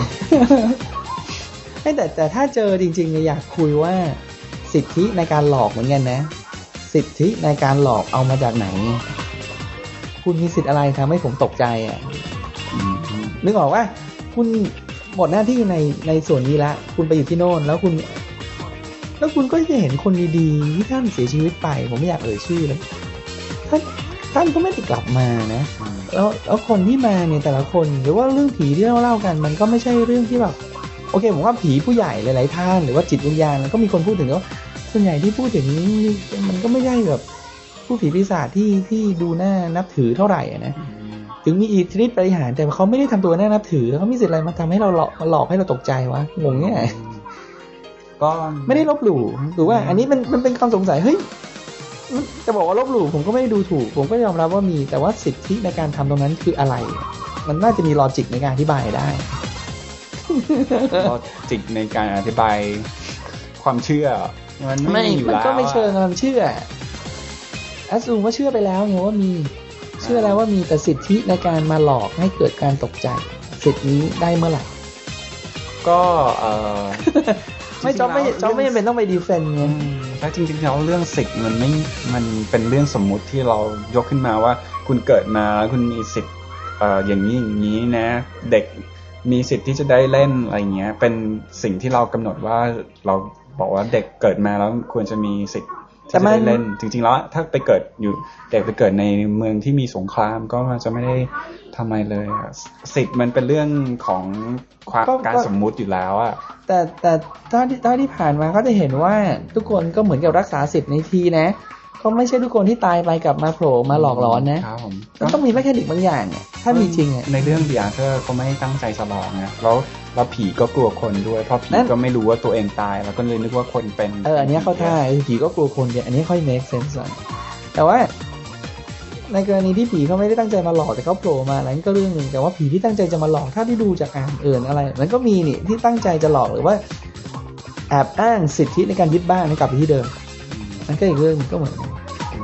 แต่ถ้าเจอจริงๆเนี่ยอยากคุยว่าสิทธิในการหลอกเหมือนกันนะสิทธิในการหลอกเอามาจากไหนคุณมีสิทธิ์อะไรทำให้ผมตกใจนึกออกว่าคุณหมดหน้าที่ในส่วนนี้ละคุณไปอยู่ที่โน่นแล้วคุณก็จะเห็นคนดีๆที่ท่านเสียชีวิตไปผมไม่อยากเอ่ยชื่อเลยท่านก็ไม่ได้กลับมานะแล้วคนที่มาเนี่ยแต่ละคนหรือว่าเรื่องผีที่เราเล่ากันมันก็ไม่ใช่เรื่องที่แบบโอเคผมว่าผีผู้ใหญ่หลายๆท่านหรือว่าจิตวิญญาณก็มีคนพูดถึงว่าส่วนใหญ่ที่พูดถึงมันก็ไม่ใช่แบบผู้ผีปีศาจที่ดูน่านับถือเท่าไหร่นะถึงมีอิทธิฤทธิ์ปาฏิหาริย์แต่เขาไม่ได้ทำตัวน่านับถือเขามีสิทธิ์อะไรมาทำให้เราหลอกให้เราตกใจวะงงเนี่ย
ก็
ไม่ได้ลบหลู่หรือว่าอันนี้มันเป็นความสงสัยเฮ้ยจะบอกว่าลบหลู่ผมก็ไม่ได้ดูถูกผมก็ยอมรับว่ามีแต่ว่าสิทธิในการทำตรงนั้นคืออะไรมันน่าจะมีลอจิกในการอธิบายได้
ลอจิกในการอธิบายความเชื่อมันไม่อยู่แล้ว
มันก็ไม่เชิงความเชื่อแอสซูมว่าเชื่อไปแล้วไงว่ามีเชื่อแล้วว่ามีแต่สิทธิในการมาหลอกให้เกิดการตกใจสิทธินี้ได้เมื่อไหร่
ก็
ไม่จำไม่เป็นต้องไปดีเฟนต์ไง
ใช่จริงๆแล้วเรื่องสิทธิ์มันเป็นเรื่องสมมุติที่เรายกขึ้นมาว่าคุณเกิดมาแล้วคุณมีสิทธิ์อย่างนี้นะเด็กมีสิทธิ์ที่จะได้เล่นอะไรเงี้ยเป็นสิ่งที่เรากำหนดว่าเราบอกว่าเด็กเกิดมาแล้วควรจะมีสิทธิ์ที่จะได้เล่นจริงๆแล้วถ้าไปเกิดอยู่เด็กไปเกิดในเมืองที่มีสงครามก็มันจะไม่ได้ทำไมเลยสิทธิ์มันเป็นเรื่องของการสมมุติอยู่แล้วอะ
แต่ถ้าที่ผ่านมาก็จะเห็นว่าทุกคนก็เหมือนกับรักษาสิทธิ์ในทีนะเขาไม่ใช่ทุกคนที่ตายไปกลับมาโผล่มาหลอกหลอนนะครับ
ผม
มันต้องมีแมคานิกบางอย่างถ้ามีจริง
ในเรื่องThe Archerเขาไม่ตั้งใจจะหลอกนะแล้วผีก็กลัวคนด้วยเพราะผีก็ไม่รู้ว่าตัวเองตายแล้วก็เลยนึกว่าคนเป็น
อันนี้เข้าท่าผีก็กลัวคนเนี่ยอันนี้ค่อย make sense แต่ว่าในกรณีที่ผีเขาไม่ได้ตั้งใจมาหลอกแต่เขาโผล่มาอะไรก็เรื่องนึงแต่ว่าผีที่ตั้งใจจะมาหลอกถ้าที่ดูจากอะไรมันก็มีนี่ที่ตั้งใจจะหลอกหรือว่าแอบอ้างสิทธิในการยึดบ้านให้กลับไปที่เดิมมันก็อีกเรื่องก็เหมือนกัน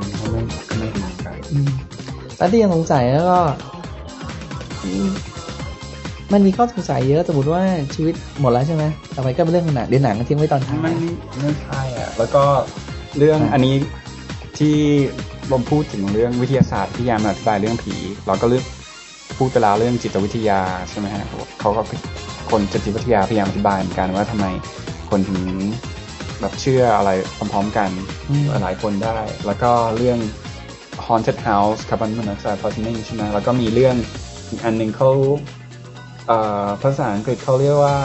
แล้วที่ยังสงสัยแล้วก็มันมีข้อสงสัยเยอะสมมติว่าชีวิตหมดแล้วใช่ไหมต่อไปก็เป็นเรื่องขนาดเดี๋ยวหนังทิ้งไว้ตอนท้าย
มันไม่ใช่อ่ะแล้วก็เรื่องอันนี้ที่เราพูดถึงเรื่องวิทยาศาสตร์ที่พยายามอธิบายเรื่องผีเราก็เลือกพูดไปแล้วเรื่องจิตวิทยาใช่ไหมฮะเขาก็คนจิตวิทยาพยายามอธิบายเหมือนกันว่าทำไมคนถึงแบบเชื่ออะไรพร้อมๆกันหลายคนได้แล้วก็เรื่อง haunted house carbon monoxide poisoning ใช่ไหมแล้วก็มีเรื่องอีกอันนึงเขาภาษาอังกฤษเขาเรียกว่า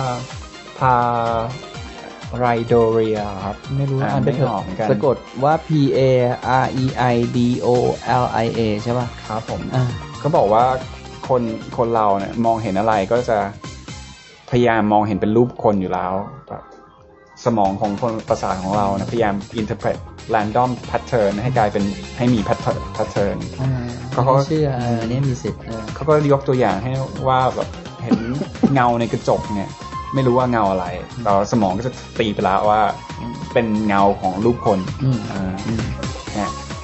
pareidolia ครับ
ไม่รู้อ่านไม่ออกเหมือนกันสะกดว่า P A R E I D O L I A ใช่ป่ะ
ครับผมเขาบอกว่าคนเราเนี่ยมองเห็นอะไรก็จะพยายามมองเห็นเป็นรูปคนอยู่แล้วแบบสมองของคนประสาทของเรานะพยายาม interpret random pattern ให้กลายเป็นให้มี pattern
เขาเชื่อเนี่ยมีสิทธิ์
เขาก็ยกตัวอย่างให้ว่าแบบเห็นเงาในกระจกเนี่ยไม่รู้ว่าเงาอะไรแต่สมองก็จะตีไปแล้วว่าเป็นเงาของรูปคน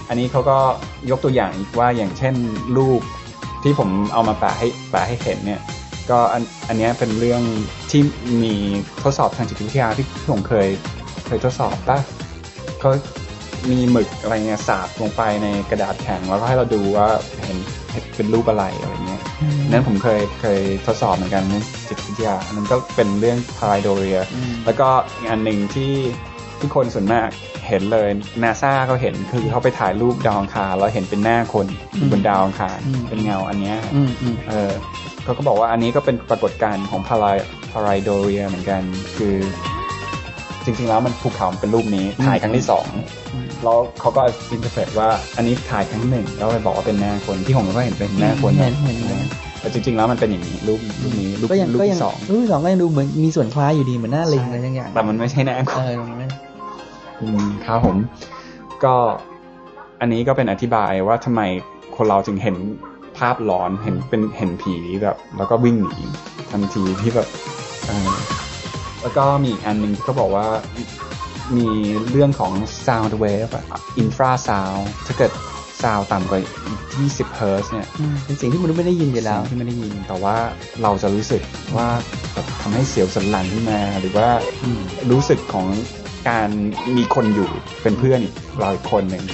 อันนี้เขาก็ยกตัวอย่างอีกว่าอย่างเช่นรูปที่ผมเอามาแปะให้เห็นเนี่ยก็อันนี้เป็นเรื่องที่มีทดสอบทางจิตวิทยาที่ผมเคยทดสอบป่ะเขามีหมึกอะไรเงี้ยสาบลงไปในกระดาษแข็งแล้วก็ให้เราดูว่าเห็นเป็นรูปอะไรเงี้ยนั้นผมเคยทดสอบเหมือนกันในจิตวิทยามันก็เป็นเรื่องพาราไดเรียแล้วก็อีกอันหนึ่งที่คนส่วนมากเห็นเลย NASA เขาเห็นคือเขาไปถ่ายรูปดาวอังคารแล้วเห็นเป็นหน้าคนบนดาวอังคารเป็นเงาอันเนี้ยเขาก็บอกว่าอันนี้ก็เป็นปรากฏการณ์ของพาราไดเรียเหมือนกันคือจริงๆแล้วมันภูเขาเป็นรูปนี้ถ่ายครั้งที่2แล้วเขาก็อินเทอร์เพรตว่าอันนี้ถ่ายครั้ง1แล้วไปบอกว่าเป็นหน้าคนที่ผมก็เห็นเป็นหน้าคนแต่จริงๆแล้วมันเป็นอย่างนี้รูปนี้รูปที่2รูปที่
2ก็ยังดูเหมือนมีส่วนคล้ายอยู่ดีเหมือนหน้าลิงอะไรอย่าง
แต่มันไม่ใช่หน้าคนครับผมก็อันนี้ก็เป็นอธิบายว่าทำไมคนเราจึงเห็นภาพหลอนเห็นผีแบบแล้วก็วิ่งหนีทันทีที่แบบแล้วก็มีอีกอันนึงที่เขาบอกว่ามีเรื่องของ sound wave infrasound ถ้าเกิด sound ต่ำกว่า20 Hz เนี่ย
เป็นสิ่งที่มนุษย์ไม่ได้ยินอยู่แล้ว
ที่ไม่ได้ยินแต่ว่าเราจะรู้สึกว่าแบบทำให้เสียวสันหลังขึ้นมาหรือว่ารู้สึกของการมีคนอยู่เป็นเพื่อนอีกเราอีกคนหนึ่ง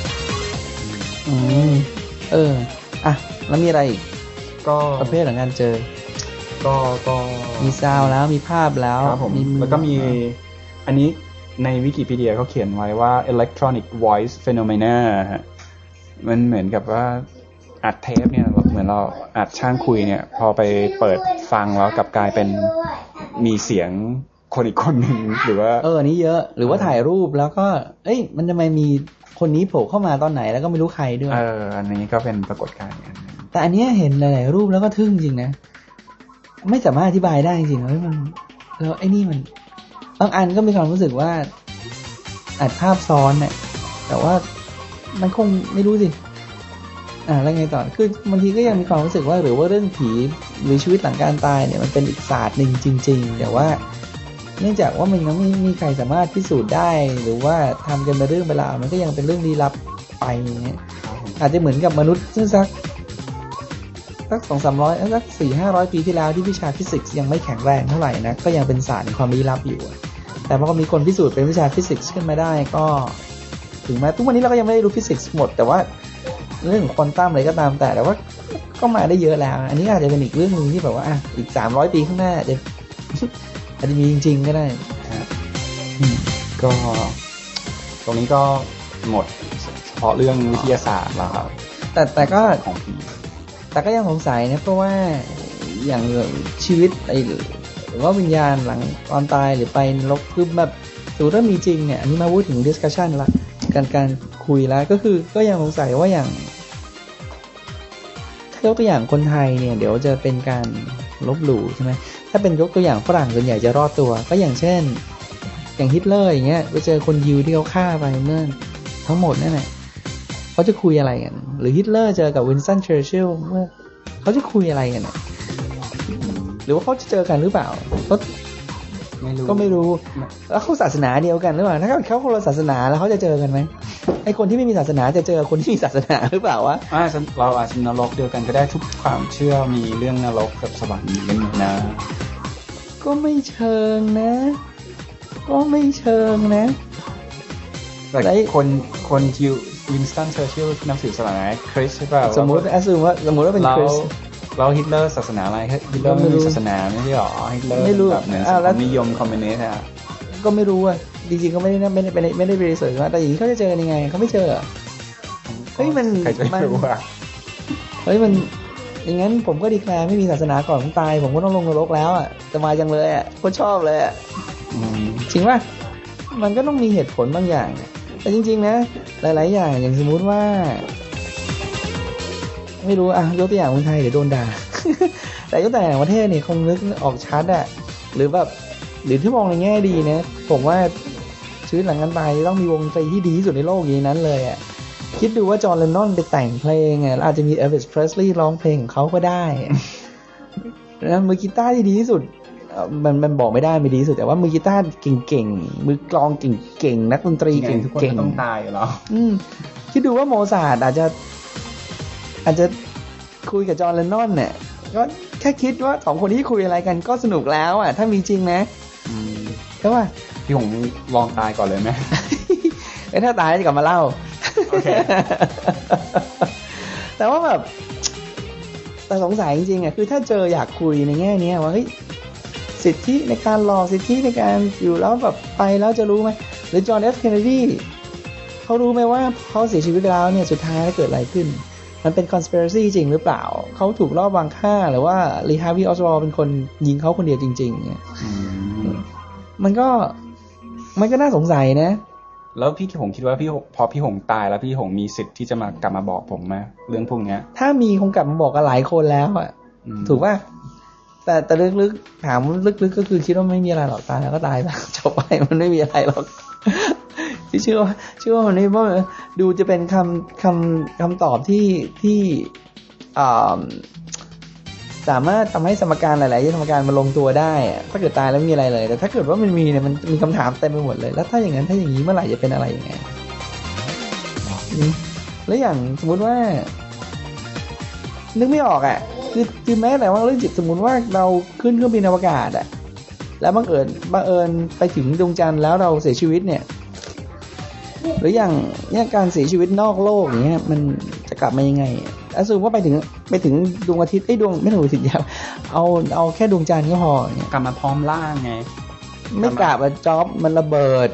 อ่ะแล้วมีอะไรอีกก็ประเภทของการเจอ
ก็
มีซาวแล้วมีภาพแล้ว
แล้วก็มีอันนี้ในวิกิพีเดียเขาเขียนไว้ว่า electronic voice phenomena มันเหมือนกับว่าอัดเทปเนี่ยเหมือนเราอัดช่างคุยเนี่ยพอไปเปิดฟังแล้วกลับกลายเป็นมีเสียงคนอีกคนหนึ่งหรือว่า
อันนี้เยอะหรือว่าถ่ายรูปแล้วก็มันทำไมมีคนนี้โผล่เข้ามาตอนไหนแล้วก็ไม่รู้ใครด้วย
อันนี้ก็เป็นปรากฏการณ์
แต่อันนี้เห็นหลายๆรูปแล้วก็ทึ่งจริงนะไม่สามารถอธิบายได้จริงๆว่ามันแล้วไอ้นี่มันบางอันก็มีความรู้สึกว่าอัดภาพซ้อนเนี่ยแต่ว่ามันคงไม่รู้สิแล้วไงต่อคือบางทีก็ยังมีความรู้สึกว่าหรือว่าเรื่องผีหรือชีวิตหลังการตายเนี่ยมันเป็นอีกศาสตร์หนึ่งจริงๆแต่ว่าเนื่องจากว่ามันยังไม่มีใครสามารถพิสูจน์ได้หรือว่าทำกันเป็นเรื่องเวลามันก็ยังเป็นเรื่องลี้ลับไปอย่างเงี้ยอาจจะเหมือนกับมนุษย์ซึ่งสัก 200-300 สัก 400-500 ปีที่แล้วที่วิชาฟิสิกส์ยังไม่แข็งแรงเท่าไหร่นะก็ยังเป็นศาสตร์ในความลี้ลับอยู่แต่พอมีคนพิสูจน์เป็นวิชาฟิสิกส์ขึ้นมาได้ก็ถึงแม้ทุกวันนี้เราก็ยังไม่ได้รู้ฟิสิกส์หมดแต่ว่าเรื่องควอนตัมอะไรก็ตามแต่ว่าก็มาได้เยอะแล้วอันนี้อาจจะเป็นอีกเรื่องนึงที่แบบว่าอีก300 ปีข้างหน้าอาจจะมีจริงๆก็ได้
ก็ตรงนี้ก็หมดเฉพาะเรื่องวิทยาศาสตร์แล้วครับ
แต่ก็
ของผี
แต่ก็ยังสงสัยนะเพราะว่าอย่างชีวิตหรือว่าวิญญาณหลังตอนตายหรือไปนรกคือแบบถือว่ามีจริงเนี่ยอันนี้มาพูดถึง discussion ละการคุยแล้วก็คือก็ยังสงสัยว่าอย่างถ้ายกตัวอย่างคนไทยเนี่ยเดี๋ยวจะเป็นการลบหลู่ใช่ไหมถ้าเป็นยกตัวอย่างฝรั่งส่วนใหญ่จะรอดตัวก็อย่างเช่นอย่างฮิตเลอร์อย่างเงี้ยไปเจอคนยิวที่เขาฆ่าไปเมื่อทั้งหมดนั่นแหละเขาจะคุยอะไรกันหรือฮิตเลอร์เจอกับวินสตันเชอร์ชิลล์เมื่อเขาจะคุยอะไรกันหรือว่าเขาจะเจอกันหรือเปล่าก็ไม่รู้แล้วเขาศาสนาเดียวกันหรือเปล่าถ้าเขาคนละศาสนาแล้วเขาจะเจอกันไหมไอคนที่ไม่มีศาสนาจะเจอคนที่มีศาสนาหรือเปล่าวะ
เราอาจจะนรกเดียวกันก็ได้ทุกความเชื่อมีเรื่องนรกกับสวรรค์กันนะ
ก็ไม่เชิงนะ
แต่คนยิววินสตันเชอร์ชิลล์นับถือศาสนาคริสต์ใช่ป่ะ
สมมติว่าเป็นคริสต์
เราฮิตเลอร์ศาสนาอะไรฮิตเลอร์ไม่มีศาสนาไม่ใช่หรอฮิตเลอร์แบบเหมือนสังคมนิยมคอมมิวนิสต์อ่ะ
ก็ไม่รู้อ่ะจริงๆก็ไม่ได้ไปรีเสิร์ชว่าแต่อย่างนี้เขาจะเจอยังไงเขาไม่เจอมัน
ใครจะรู้อ่ะ
มันอย่างนั้นผมก็ดีแคลร์ไม่มีศาสนาก่อนผมตายผมก็ต้องลงนรกแล้วอ่ะจะมาจังเลยอ่ะก็ชอบเลยอ่ะจริงป่ะมันก็ต้องมีเหตุผลบางอย่างแต่จริงๆนะหลายๆอย่างอย่างสมมุติว่าไม่รู้ยกตัวอย่างคนไทยเดี๋ยวโดนด่า แต่ยกตัวอย่างประเทศนี่คงนึกออกชัดอ่ะหรือแบบหรือที่มองในแง่ดีนะผมว่าชีวิตหลังการตายต้องมีวงดนตรีที่ดีที่สุดในโลกอย่างนั้นเลยอ่ะคิดดูว่าจอห์น เลนนอนไปแต่งเพลงแล้วอาจจะมีเอลวิส เพรสลีย์ร้องเพลงของเขาก็ได้แล้วมือกีตาร์ที่ดีที่สุดมันบอกไม่ได้ไม่ดีที่สุดแต่ว่ามือกีตาร์เก่งๆมือกลองเก่งๆนักดนตรีเก่งทุกคน
ต้องตายเหรอ
คิดดูว่าโมซาร์ทอาจจะคุยกับจอห์นเลนนอนเนี่ยก็แค่คิดว่า2คนที่คุยอะไรกันก็สนุกแล้วอ่ะถ้ามีจริงนะใช่ป่ะ
พี่ผมลองตายก่อนเลยไหม
ถ้าตายจะกลับมาเล่า
okay.
แต่ว่าแบบแต่สงสัยจริงๆอ่ะคือถ้าเจออยากคุยในแง่นี้ว่าเฮ้ยสิทธิในการหลอกสิทธิในการอยู่แล้วแบบไปแล้วจะรู้ไหมหรือจอห์น F. Kennedy เขารู้ไหมว่าเขาเสียชีวิตแล้วเนี่ยสุดท้ายแล้วเกิดอะไรขึ้นมันเป็น conspiracy จริงหรือเปล่าเขาถูกลอบวางฆ่าหรือว่าลีฮาร์วีย์ออสวอลด์เป็นคนยิงเขาคนเดียวจริงๆเนี่ยมันก็น่าสงสัยนะ
แล้วพี่หงคิดว่าพอพี่หงตายแล้วพี่หงมีสิทธิ์ที่จะมากลับมาบอกผมไหมเรื่องพวกนี้
ถ้ามีคงกลับมาบอกกันหลายคนแล้วอ่ะถูกป่ะแต่ลึกๆถามลึกๆก็คือคิดว่าไม่มีอะไรหรอกตายแล้วก็ตายแล้วจบไปมันไม่มีอะไรหรอกที่เชื่อว่ามันนี่ว่าดูจะเป็นคำตอบที่สามารถทำให้สมการหลายๆสมการมาลงตัวได้ถ้าเกิดตายแล้วไม่มีอะไรเลยแต่ถ้าเกิดว่ามันมีเนี่ยมันมีคำถามเต็มไปหมดเลยแล้วถ้าอย่างนั้นถ้าอย่างนี้เมื่อไหร่จะเป็นอะไรยังไงแล้วอย่างสมมุติว่านึกไม่ออกอ่ะคือแม้แต่ว่าเรื่องจิตสมมุติว่าเราขึ้นเครื่องบินอวกาศอ่ะแล้วบังเอิญไปถึงดวงจันทร์แล้วเราเสียชีวิตเนี่ยหรืออย่างการเสียชีวิตนอกโลกอย่างเงี้ยมันจะกลับมายังไงสมมติว่าไปถึงดวงอาทิตย์ดวงไม่ถึงดวงอาทิตย์เอาแค่ดวงจันทร์ก็พอก
ลับมาพร้อมร่างไง
ไม่กลับอ่ะจ๊อบมันระเบิด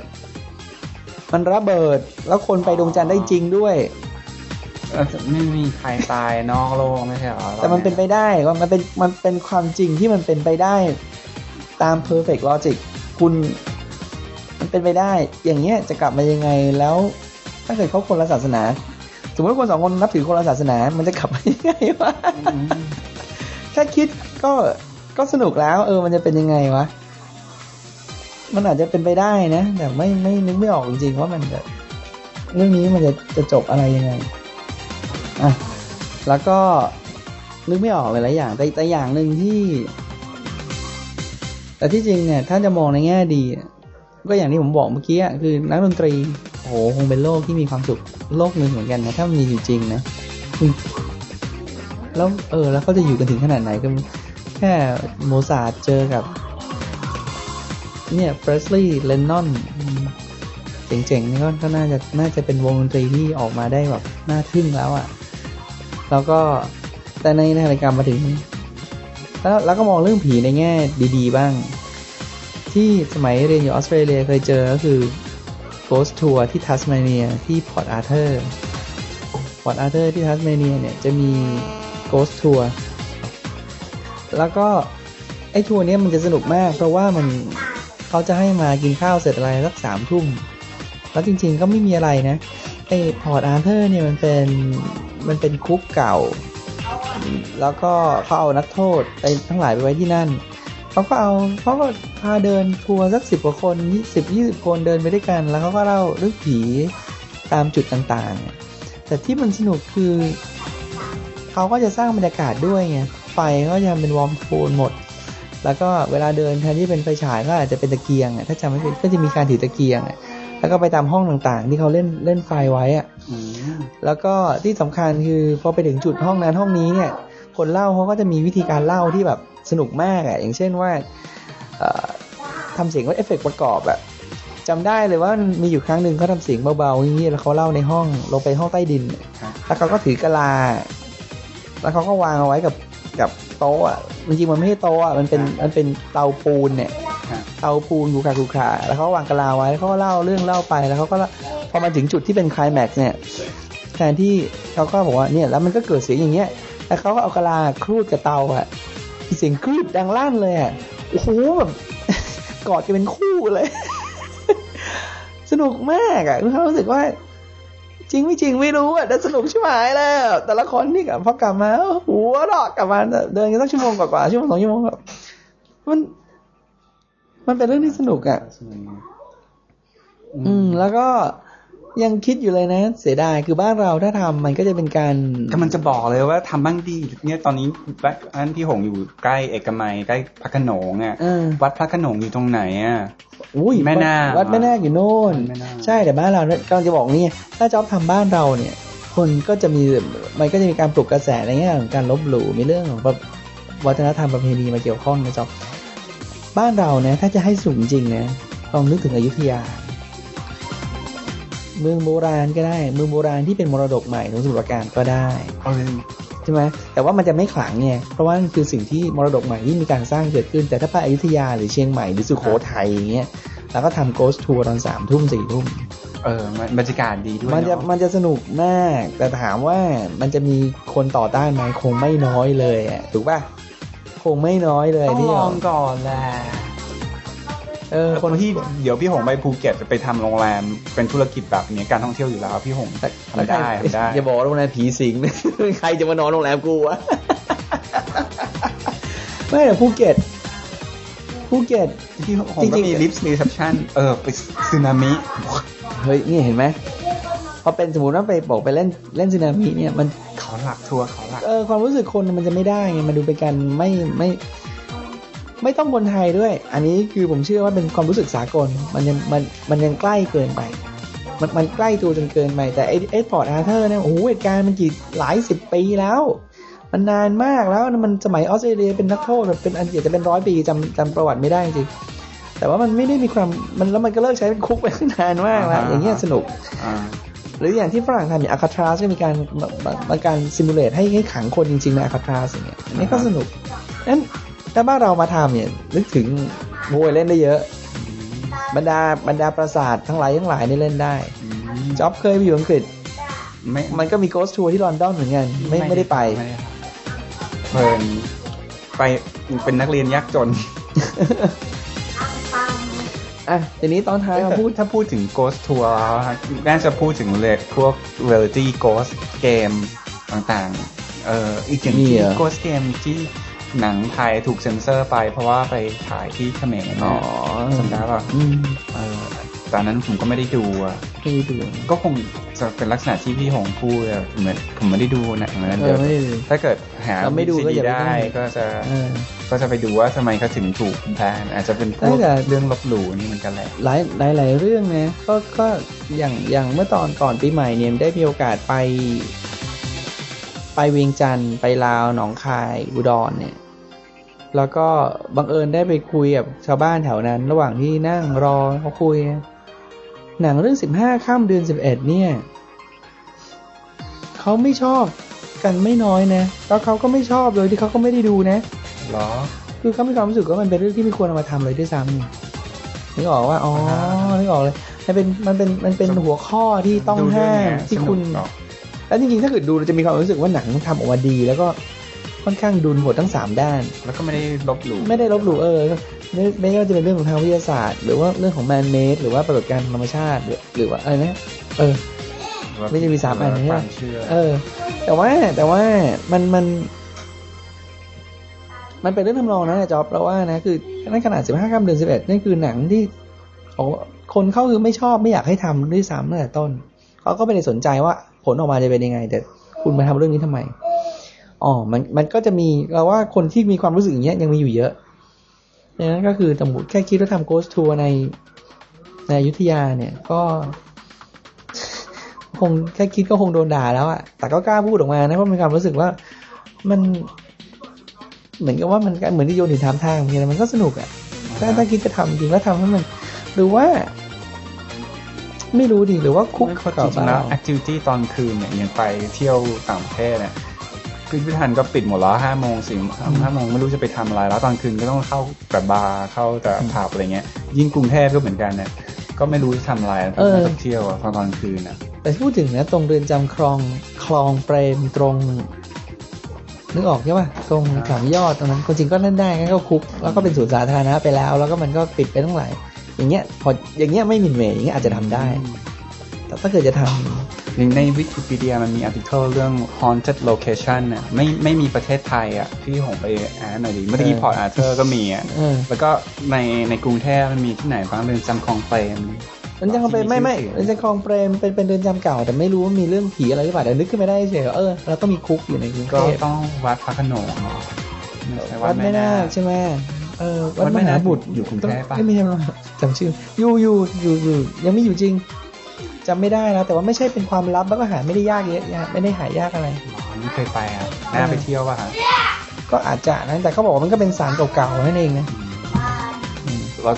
แล้วคนไปดวงจันทร์ได้จริงด้วย
ไม่มีใครตายนอกโลกไม่ใช่หรอ
แต่มันเป็นไปได้ว่ามันเป็นความจริงที่มันเป็นไปได้ตาม perfect logic คุณมันเป็นไปได้อย่างเงี้ยจะกลับมายังไงแล้วถ้าเกิดเขาคนละศาสนาสมมติคน2คนนับถือคนละศาสนามันจะกลับมายังไงวะแค่คิดก็สนุกแล้วมันจะเป็นยังไงวะมันอาจจะเป็นไปได้นะแต่ไม่นึกไม่ออกจริงๆว่ามันจะเรื่องนี้มันจะจบอะไรยังไงแล้วก็นึกไม่ออกหลายๆอย่างแต่อย่างนึงแต่ที่จริงเนี่ยถ้าจะมองในแง่ดีก็อย่างที่ผมบอกเมื่อกี้คือนักดนตรีโอ้โหคงเป็นโลกที่มีความสุขโลกนึงเหมือนกันนะถ้ามันมีจริงๆนะแล้วแล้วเขาจะอยู่กันถึงขนาดไหนก็แค่โมซาร์ทเจอกับเนี่ยเพรสลีย์เลนนอนเจ๋งๆนี่ก็น่าจะเป็นวงดนตรีที่ออกมาได้แบบน่าทึ่งแล้วอ่ะแล้วก็แต่ในรายการมาถึงแล้วก็มองเรื่องผีในแง่ดีๆบ้างที่สมัยเรียนอยู่ออสเตรเลียเคยเจอก็คือ Ghost Tour ที่ทัสมาเนียที่พอร์ตอาร์เธอร์ที่ทัสมาเนียเนี่ยจะมี Ghost Tour แล้วก็ไอ้ทัวร์นี้มันจะสนุกมากเพราะว่าเขาจะให้มากินข้าวเสร็จอะไรสัก 3 ทุ่มแล้วจริงๆก็ไม่มีอะไรนะไอ้พอร์ตอาร์เธอร์เนี่ยมันเป็นคุกเก่าแล้วก็เขาเอานักโทษไปทั้งหลายไปไว้ที่นั่นเขาก็พาเดินทัวร์สัก10 กว่าคน20 คนเดินไปด้วยกันแล้วเขาก็เล่าเรื่องผีตามจุดต่างๆแต่ที่มันสนุกคือเขาก็จะสร้างบรรยากาศด้วยไงไฟก็จะเป็นวอร์มโทนหมดแล้วก็เวลาเดินแทนที่เป็นไฟฉายก็อาจจะเป็นตะเกียงถ้าจำไม่ผิดก็จะมีการถือตะเกียงแล้วก็ไปตามห้องต่างๆที่เขาเล่นไฟไว้แล้วก็ที่สำคัญคือพอไปถึงจุดห้องนั้นห้องนี้เนี่ยคนเล่าเขาก็จะมีวิธีการเล่าที่แบบสนุกมากอย่างเช่นว่าทำเสียงว่าเอฟเฟกต์ประกอบจำได้เลยว่ามีอยู่ครั้งหนึ่งเขาทำเสียงเบาๆอย่างนี้แล้วเขาเล่าในห้องลงไปห้องใต้ดินแล้วเขาก็ถือกะลาแล้วเขาก็วางเอาไว้กับโต๊ะจริงๆมันไม่ใช่โต๊ะมันเป็นเตาปูนเนี่ยเตาปูนคูคาแล้วเขาวางกะลาไว้แล้วเขาก็เล่าไปแล้วเขาก็พอมาถึงจุดที่เป็นไคลแม็กซ์เนี่ยแทนที่เขาก็บอกว่าเนี่ยแล้วมันก็เกิดเสียงอย่างเงี้ยแล้วเขาก็เอากะลาครูดกับเตาเสียงครูดดังลั่นเลยโอ้โหแบบกอดกันเป็นคู่เลยสนุกมากเขารู้สึกว่าจริงไม่จริงไม่รู้แต่สนุกชิบหายแล้วแต่ละคนนี่พอกลับมาหัวเราะกลับมาเดินกันตั้งชั่วโมงกว่าชั่วโมง2 ชั่วโมงแบบมันเป็นเรื่องที่สนุกแล้วก็ยังคิดอยู่เลยนะเสียดายคือบ้านเราถ้าทำมันก็จะเป็นการ
ก็มันจะบอกเลยว่าทำบ้างดีเนี่ยตอนนี้บ้านพี่หงอยู่ใกล้เอกมัยใกล้พระโขนงอ่ะวัดพระโขนงอยู่ตรงไหนอ่ะ
อุ้ย
แม่นา
วัดแม่นาอยู่โน่นใช่แต่บ้านเรากำลังจะบอกนี่ถ้าจ๊อบทำบ้านเราเนี่ยคนก็จะมีมันก็จะมีการปลุกกระแสในแง่ของการลบหลู่มีเรื่องของวัฒนธรรมประเพณีมาเกี่ยวข้องนะจ๊อบบ้านเราเนี่ยถ้าจะให้สูงจริงนะลองนึกถึงอยุธยาเมืองโบราณก็ได้เมืองโบราณที่เป็นมรดกใหม่ของสมุทรปราการก็ได้ใช่ไหมแต่ว่ามันจะไม่ขลังไงเพราะว่ามันคือสิ่งที่มรดกใหม่ที่มีการสร้างเกิดขึ้นแต่ถ้าไปอยุธยาหรือเชียงใหม่หรือสุโขทัยอย่างเงี้ยแล้วก็ทำโกสต์ทัวร์ตอน3 ทุ่ม 4 ทุ่ม
บรรยากาศดีด้วย
มันจะสนุกมากแต่ถามว่ามันจะมีคนต่อต้านไหมคงไม่น้อยเลยถูกป่ะคงไม่น้อยเลย
ต้องลองก่อนแหละคนที่เดี๋ยวพี่หงไปภูเก็ตไปทำโรงแรมเป็นธุรกิจแบบนี้การท่องเที่ยวอยู่แล้วพี่หงทำได้
อย่าบอกโรงแรมผีสิงใครจะมานอนโรงแรมกูวะไม่แต่ภูเก็ต
พี่หงก็มีลิฟต์รีเซพชั่นไปสึนามิ
เฮ้ยนี่เห็นไหมพอเป็นสมมุติว่าไปบอกไปเล่นสึนามิเนี่ยมัน
เขาหลักทัวร์เขาหลัก
ความรู้สึกคนมันจะไม่ได้ไงมันดูเป็นการไม่ต้องคนไทยด้วยอันนี้คือผมเชื่อว่าเป็นความรู้สึกสากลมันยังใกล้เกินไปมันใกล้ตัวจนเกินไปแต่ไอ้พอร์ตอาร์เธอร์เนี่ยโอ้โหเหตุการณ์มันกี่หลาย10 ปีแล้วมันนานมากแล้วมันสมัยออสเตรเลียเป็นนักโทษแบบเป็นอันจะเป็น100 ปีจำประวัติไม่ได้จริงแต่ว่ามันไม่ได้มีความแล้วมันก็เลิกใช้เป็นคุกไปนานมากแล้วอย่างเงี้ยสนุกหรืออย่างที่ฝรั่งทำอย่างอาคาทราสก็มีการซิมูเลตให้ขังคนจริงๆในอาคาทราสอย่างเงี้ยอันนี้ก็สนุกนั้นถ้าบ้านเรามาทำเนี่ยนึกถึงโวยเล่นได้เยอะบรรดาปราสาททั้งหลายนี่เล่นได้จ๊อบเคยไปอยู่อังกฤษมันก็มีโกสต์ทัวร์ที่ลอนดอนเหมือนกันไม่ได้ไป
เพลินไปเป็นนักเรียนยากจน
ทีนี้ตอนท้าย
ถ้าพูดถึง Ghost Tour น่าจะพูดถึงเลยพวก Reality Ghost Game ต่างๆอีกอย่างที่ Ghost Game ที่หนังไทยถูกเซ็นเซอร์ไปเพราะว่าไปถ่ายที่เขมรจำได้ป่ะตอนนั้นผมก็ไม่ได้ดูก็คงจะเป็นลักษณะที่พี่หงพูดเหมือนผมไม่ได้ดูหนังนั้นเลยถ้าเกิดหา
ไม่ดูก็อย่า
ได้ก็จะไปดูว่าทำไมเขาถึงถูกแบนอาจจะเป็นพวกเรื่องลบหลู่นี่มันกันแหละ
หลายเรื่องนะก็อย่างเมื่อตอนก่อนปีใหม่เนี่ยได้มีโอกาสไปเวียงจันทร์ไปลาวหนองคายอุดรเนี่ยแล้วก็บังเอิญได้ไปคุยกับชาวบ้านแถวนั้นระหว่างที่นั่งรอเขาคุยหนังเรื่อง15 ค่ำเดือน 11เนี่ยเขาไม่ชอบกันไม่น้อยนะแล้วเขาก็ไม่ชอบเลยที่เขาก็ไม่ได้ดูนะ
หรอ
คือเขามีความรู้สึกว่ามันเป็นเรื่องที่ไม่ควรเอามาทำเลยด้วยซ้ำนึกออกว่านึกออกเลยมันเป็นหัวข้อที่ต้องห้ามที่คุณแล้วจริงๆถ้าเกิดดูเราจะมีความรู้สึกว่าหนังทำออกมาดีแล้วก็ค่อนข้างดุลหมดทั้ง3ด้าน
แล้วก็ไม่ได้ลบหลู่
ไม่ว่าจะเป็นเรื่องของทางวิทยาศาสตร์หรือว่าเรื่องของแมนเมดหรือว่าปรากฏการณ์ธรรมชาติหรือว่าอะไรนะไม่จะมี3อันนี้แต่ว่ามันเป็นเรื่องทำนองนั้นนะจ๊อบเราว่านะคือในขนาด15 ค่ำเดือน 11นี่คือหนังที่คนเข้าคือไม่ชอบไม่อยากให้ทำด้วยซ้ำตั้งแต่ต้นเขาก็ไม่ได้สนใจว่าผลออกมาจะเป็นยังไงแต่คุณมาทำเรื่องนี้ทำไมมันก็จะมีเราว่าคนที่มีความรู้สึกอย่างเงี้ยยังมีอยู่เยอะดังนั้นก็คือสมมุติแค่คิดว่าทำโกสต์ทัวร์ในอยุธยาเนี่ยก็คงแค่คิดก็คงโดนด่าแล้วอะแต่ก็กล้าพูดออกมานะเพราะมีความรู้สึกว่ามันเหมือนกับว่ามันเหมือนที่โยนหินถามทางอย่างเงี้ยมันก็สนุกอะถ้าคิดจะทำจริงแล้วทำให้มันหรือว่าไม่รู้ดิหรือว่าคุก
จริงๆแล้วแอคทิวิตี้ตอนคืนเนี่ยยังไปเที่ยวต่างประเทศเนี่ยพิพิธภัณฑ์ก็ปิดหมดแล้ว5 โมง5 โมงไม่รู้จะไปทำอะไรแล้วตอนคืนก็ต้องเข้าแต่บาร์เข้าแต่ผับอะไรเงี้ยยิ่งกรุงเทพก็เหมือนกันเนี่ยก็ไม่รู้จะทำอะไรต้องเที่ยวตอนคืนนะ
แต่พูดถึงนะตรงเรือนจำคลองเปรมตรงนึกออกใช่ป่ะตรง3 ยอดตรงนั้นจริงก็เล่นได้งั้นก็คุกแล้วก็เป็นสวนสาธารณะไปแล้วก็มันก็ปิดไปตั้งหลายอย่างเงี้ยพออย่างเงี้ยไม่หมิ่นเหม่อย่างเงี้ยอาจจะทำได้แต่ถ้าเกิดจะทำ
ในวิกิพีเดียมันมีอาร์ติเคิลเรื่อง haunted location น่ะไม่มีประเทศไทยอ่ะพี่ผมไปอ่านหน่อยดิเมื่อกี้พอร์ตอาร์เธอร์ก็มีอ่ะแล้วก็ในกรุงเทพมันมีที่ไหนบ้างเรือนจำคลองเปรม
เรือนจำคลองเปรมไม่เรือนจำคลองเปรมเป็นเรือนจำเก่าแต่ไม่รู้ว่ามีเรื่องผีอะไรหรือเปล่าแต่นึกขึ้นไม่ได้เฉยแล้วก็มีคุกอยู่ในกรุงเท
ก็
พ
ต้องวัดพระโขนงเนาะ
วัดแม่นาคใช่ไหมวัดมหาบุตร
อยู่กรุงเทพปะ
ไม่ใช่จำชื่ออยู่ยังไม่อยู่จริงจำไม่ได้แล้วแต่ว่าไม่ใช่เป็นความลับแล้วก็หาไม่ได้ยากเยอะไม่ได้หายากอะไร
ไม่เคยไปอ่ะน่าไปเที่ยวป่ะฮะ
ก็อาจจะนะแต่เขาบอกว่ามันก็เป็นศาลเก่าๆนั่นเองนะ
แล้ว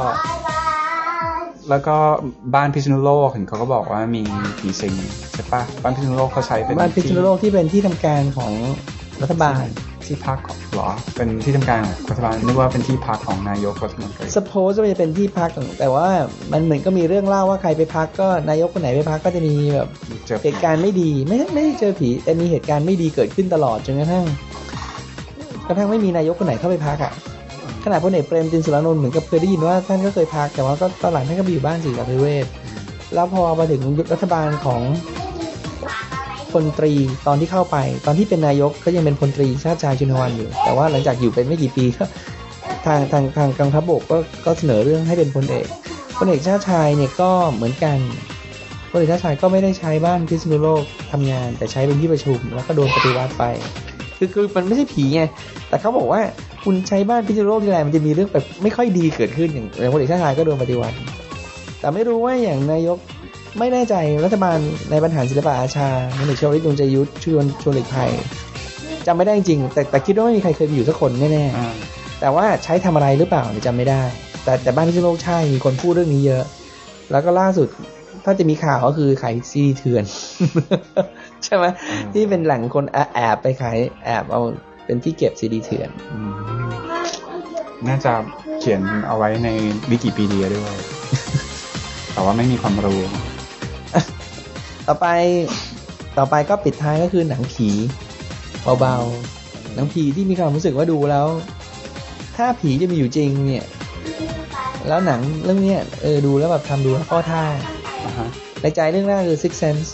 ก็บ้านพิษณุโลกเห็นเขาก็บอกว่ามีผีสิงใช่ปะบ้านพิษณุโลกเขาใช้เป็น
บ้านพิษณุโลกที่เป็นที่ทำการของรัฐบาล
ที่พักหรอเป็นที่ทำการของรัฐบาลนึกว่าเป็นที่พักของนายกรัฐมนตรี
suppose ว่าจะเป็นที่พักแต่ว่ามันเหมือนก็มีเรื่องเล่าว่าใครไปพักก็นายกคนไหนไปพักก็จะมีแบบเหตุการณ์ไม่ดีไม่ได้เจอผีแต่มีเหตุการณ์ไม่ดีเกิดขึ้นตลอดจนกระทั่งไม่มีนายกคนไหนเข้าไปพักอ่ะขณะพลเอกเปรมติณ สุรานนท์เหมือนกับเคยได้ยินว่าท่านก็เคยพักแต่ว่าก็ตอนหลังท่านก็ไปอยู่บ้านศรีสัพเวชแล้วพอมาถึงรัฐบาลของพลตรีตอนที่เข้าไปตอนที่เป็นนายกก็ยังเป็นพลตรีชาติชายชุนหวันอยู่แต่ว่าหลังจากอยู่เป็นไม่กี่ปีก็ทางกองทัพบกก็เสนอเรื่องให้เป็นพลเอกชาติชายเนี่ยก็เหมือนกันพลเอกชาติชายก็ไม่ได้ใช้บ้านพิษณุโลกทำงานแต่ใช้เป็นที่ประชุมแล้วก็โดนปฏิวัติไปคือมันไม่ใช่ผีไงแต่เขาบอกว่าคุณใช้บ้านพิษณุโลกที่ไรมันจะมีเรื่องแบบไม่ค่อยดีเกิดขึ้นอย่างพลเอกชาติชายก็โดนปฏิวัติแต่ไม่รู้ว่าอย่างนายกไม่แน่ใจรัฐบาลในบรรหารศิลปอาชาพลเอกชวลิต ดวงใจยุทธชวนหลีกภัยจำไม่ได้จริงแต่คิดว่าไม่มีใครเคยอยู่สักคนแน่ๆแต่ว่าใช้ทำอะไรหรือเปล่าจำไม่ได้แต่บ้านพิษณุโลกใช่มีคนพูดเรื่องนี้เยอะแล้วก็ล่าสุดถ้าจะมีข่าวก็คือขายซีดีเถื่อน ใช่ไหมที่เป็นแหล่งคนแอบไปขายแอบเอาเป็นที่เก็บซีดีเถื่อน
น่าจะเขียนเอาไว้ในวิกิพีเดียด้วย แต่ว่าไม่มีความรู้
ต่อไปก็ปิดท้ายก็คือหนังผีเบาๆหนังผีที่มีความรู้สึกว่าดูแล้วถ้าผีจะมีอยู่จริงเนี่ยแล้วหนังเรื่องนี้ดูแล้วแบบทำดูแล้วเข้าท่าในใจเรื่องแรกคือ Six Sense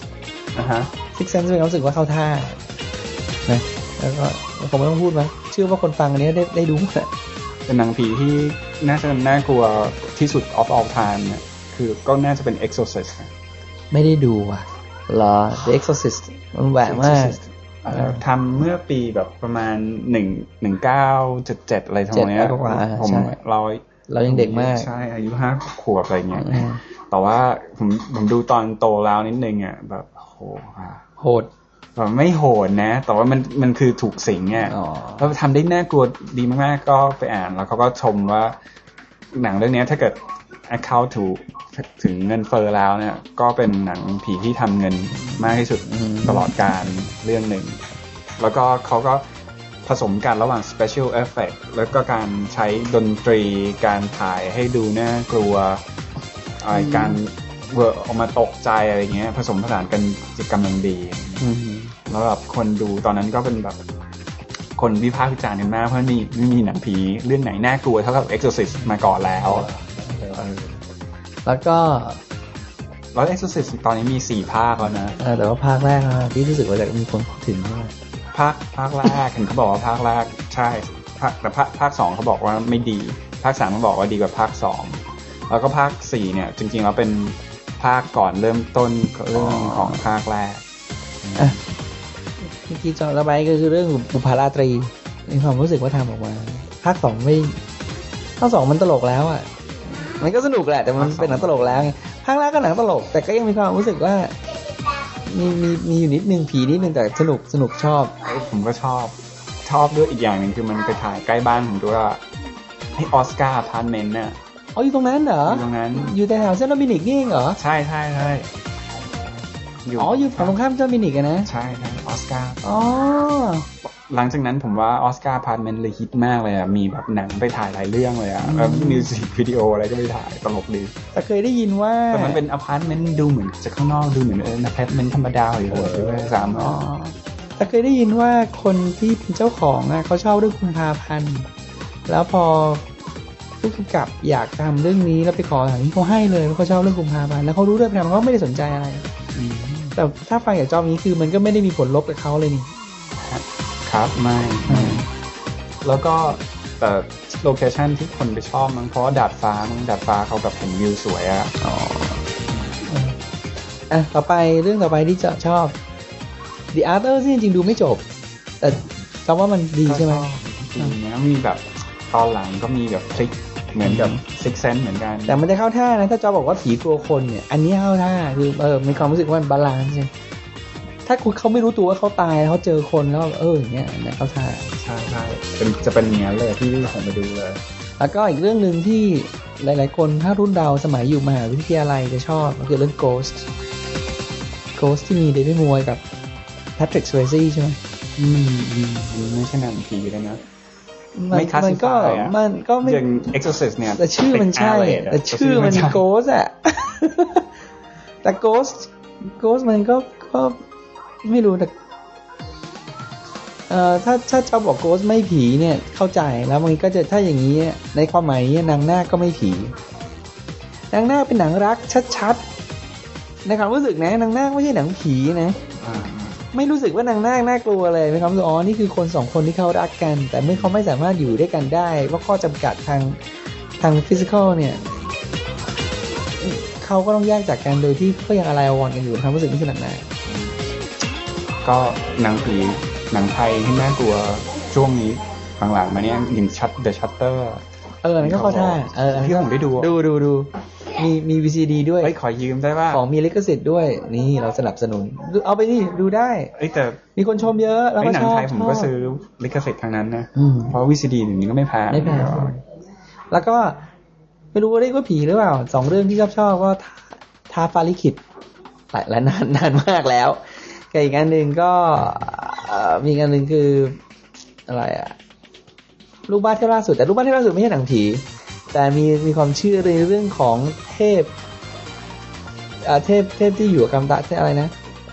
Six Sense เป็นความรู้สึกว่าเข้าท่านะแล้วก็ผมไม่ต้องพูดมั้ยเชื่อว่าคนฟังอันนี้ได้ดู
เป็นหนังผีที่น่าจะน่ากลัวที่สุด of all time เนี่ยคือก็น่าจะเป็น Exorcist
ไม่ได้ดูอ่ะเหรอ The Exorcist มันแหวกมาก
ทำเมื่อปีแบบประมาณ1977อะไรทั้งหมดเนี้ยผม
เรายังเด็กมาก
ใช่อายุ5 ขวบอะไรเงี้ยแต่ว่าผมดูตอนโตแล้วนิดนึงอ่ะแบบโหดแบบไม่โหดนะแต่ว่ามันคือถูกสิงอ่ะแล้วทำได้น่ากลัวดีมากๆก็ไปอ่านแล้วเขาก็ชมว่าหนังเรื่องนี้ถ้าเกิด account ถึงเงินเฟ้อแล้วเนี่ยก็เป็นหนังผีที่ทำเงินมากที่สุดตลอดกาลเรื่องหนึ่งแล้วก็เขาก็ผสมกันระหว่าง special effect แล้วก็การใช้ดนตรีการถ่ายให้ดูน่ากลัวการเวิร์กออกมาตกใจอะไรเงี้ยผสมผสานกันกำลังดีแล้วแบบคนดูตอนนั้นก็เป็นแบบคนวิพากษ์วิจารณ์กันมากเพราะไม่มีหนังผีเรื่องไหนน่ากลัวเท่ากับ Exorcist มาก่อนแล้ว
แล้วก็
Exorcist ตอนนี้มี4 ภาคแล้วนะ
แต่ว่าภาคแรกนะที่รู้สึกว่าจะมีคนพูดถึงมาก
ภาคแรกเห็นเขาบอกว่าภาคแรกใช่แต่ภาค2เขาบอกว่าไม่ดีภาค3เขาบอกว่าดีกว่าภาค2แล้วก็ภาค4เนี่ยจริงๆแล้วเป็นภาคก่อนเริ่มต้นเรื่องของภาคแรก
เมื่อกี้จอระบายก็คือเรื่องบุพราตรีมีความรู้สึกว่าทำออกมาภาค2ไม่ภาค2มันตลกแล้วอ่ะมันก็สนุกแหละแต่มันเป็นหนังตลกแล้วไงภาคแรกก็หนังตลกแต่ก็ยังมีความรู้สึกว่ามีอยู่นิดนึงผีนิดนึงแต่สนุกชอบ
ผมก็ชอบด้วยอีกอย่างนึงคือมันไปถ่ายใกล้บ้านผมด้วยให้ออสการ์อพาร์ตเมนต์น่ะ
อยู่ตรงนั้นเหรออยู่
ตรงนั้น
อยู่แถวเซนต์โดมินิกนี่เองเหรอ
ใช่
อยู่ฝั่งตรงข้ามเซนต์โดมินิกอ่ะนะ
ใช่ออสการ์หลังจากนั้นผมว่าออสการ์อพาร์ตเมนต์เลยฮิตมากเลยอ่ะมีแบบหนังไปถ่ายหลายเรื่องเลยอ่ะแล้วมิวสิกวิดีโออะไรก็ไปถ่ายตลกดี
แต่เคยได้ยินว่า
แต่มันเป็นอพาร์ตเมนต์ดูเหมือนจากข้างนอกดูเหมือนอพาร์ตเมนต์ธรรมดาอยู่เลย3
แต่เคยได้ยินว่าคนที่เป็นเจ้าของอ่ะเขาชอบเรื่องกุมภาพันธ์แล้วพอผู้กำกับอยากทำเรื่องนี้แล้วไปขอหนังเขาให้เลยเขาชอบเรื่องกุมภาพันธ์แล้วเขารู้ด้วยแต่เขาไม่ได้สนใจอะไรแต่ถ้าฟังจากจอมนี้คือมันก็ไม่ได้มีผลลบกับเขาเลยนี่
ครับไม่แล้วก็แต่โลเคชั่นที่คนไปชอบมันเพราะดาดฟ้าเขาแบบเห็นวิวสวยอ่ะ
ต่อไปเรื่องต่อไปที่จะชอบ The Arther ที่จริงๆดูไม่จบแต่จำว่ามันดีใช่ไหม
จริงๆนะมีแบบตอนหลังก็มีแบบพลิกเหมือนกับ Six Sense เหมือนกัน
แต่มันจะเข้าท่านะถ้าจอบอกว่าผีกลัวคนเนี่ยอันนี้เข้าท่าคือมีความรู้สึกว่ามันบาลานซ์ใช่ถ้าคุณเขาไม่รู้ตัวว่าเขาตายแล้วเขาเจอคนแล้วอย่างเงี้ยเข้าท่า
ใช่จะเป็นอย่างนั้นเลยที่ผมไปดูเลย
แล้วก็อีกเรื่องนึงที่หลายๆคนถ้ารุ่นเราสมัยอยู่มหาวิทยาลัยจะชอบก็คือเรื่อง Ghost ที่มีเดวิดมัวร์กับแพทริก สเวซี่ใช่ไหม
ไม่ใช่หนังผีเลยนะ
ไม่คลาสสิฟายมันก็ไม่
อย่าง Exorcist เนี่ย
แต่ชื่อมันใช่แต่ชื่อมัน Ghost อ่ะแต่ Ghost มันก็ไม่รู้แต่ถ้าจะบอก Ghost ไม่ผีเนี่ยเข้าใจแล้วมันก็จะถ้าอย่างนี้ในความหมายนี้นางนาคก็ไม่ผีนางนาคเป็นหนังรักชัดๆในความรู้สึกนะนางนาคไม่ใช่หนังผีนะไม่รู้สึกว่านางนาคน่ากลัวเลยมีความรู้สึกนี่คือคนสองคนที่เขารักกันแต่เมื่อเขาไม่สามารถอยู่ด้วยกันได้เพราะข้อจำกัดทางฟิสิกอลเนี่ยเขาก็ต้องแยกจากกันโดยที่ก็ยังอะไรอวรกันอยู่ความรู้สึกนี่คือหนังนาค
ก็หนังผีหนังไทยที่น่ากลัวช่วงนี้หลังๆมาเนี่ยอย่างThe Shutter
นั่นก็เข้าท่า
ที่ผมได้ดู
มี VCD ด้วย
ขอยืมได้ป่ะ
ของมีลิขสิทธิ์ด้วยนี่เราสนับสนุนเอาไปนี่ดูได้
แต่
มีคนชมเยอะแล้วก็ชอบหนั
งไทยผมก็ซื้อลิขสิทธิ์ทางนั้นนะเพราะ VCD อย่างนี้ก็ไม่แพง
แล้วก็ไม่รู้ว่าเรียกว่าผีหรือเปล่า2เรื่องที่ชอบก็ท้าฟ้าลิขิตและนานมากแล้วกับอีกอันนึงก็มีอันนึงคืออะไรลูกบ้านที่ล่าสุดแต่ลูกบ้านที่ล่าสุดไม่ใช่หนังผีแต่มีความเชื่อในเรื่องของเทพที่อยู่กับกรรมตะอะไรนะ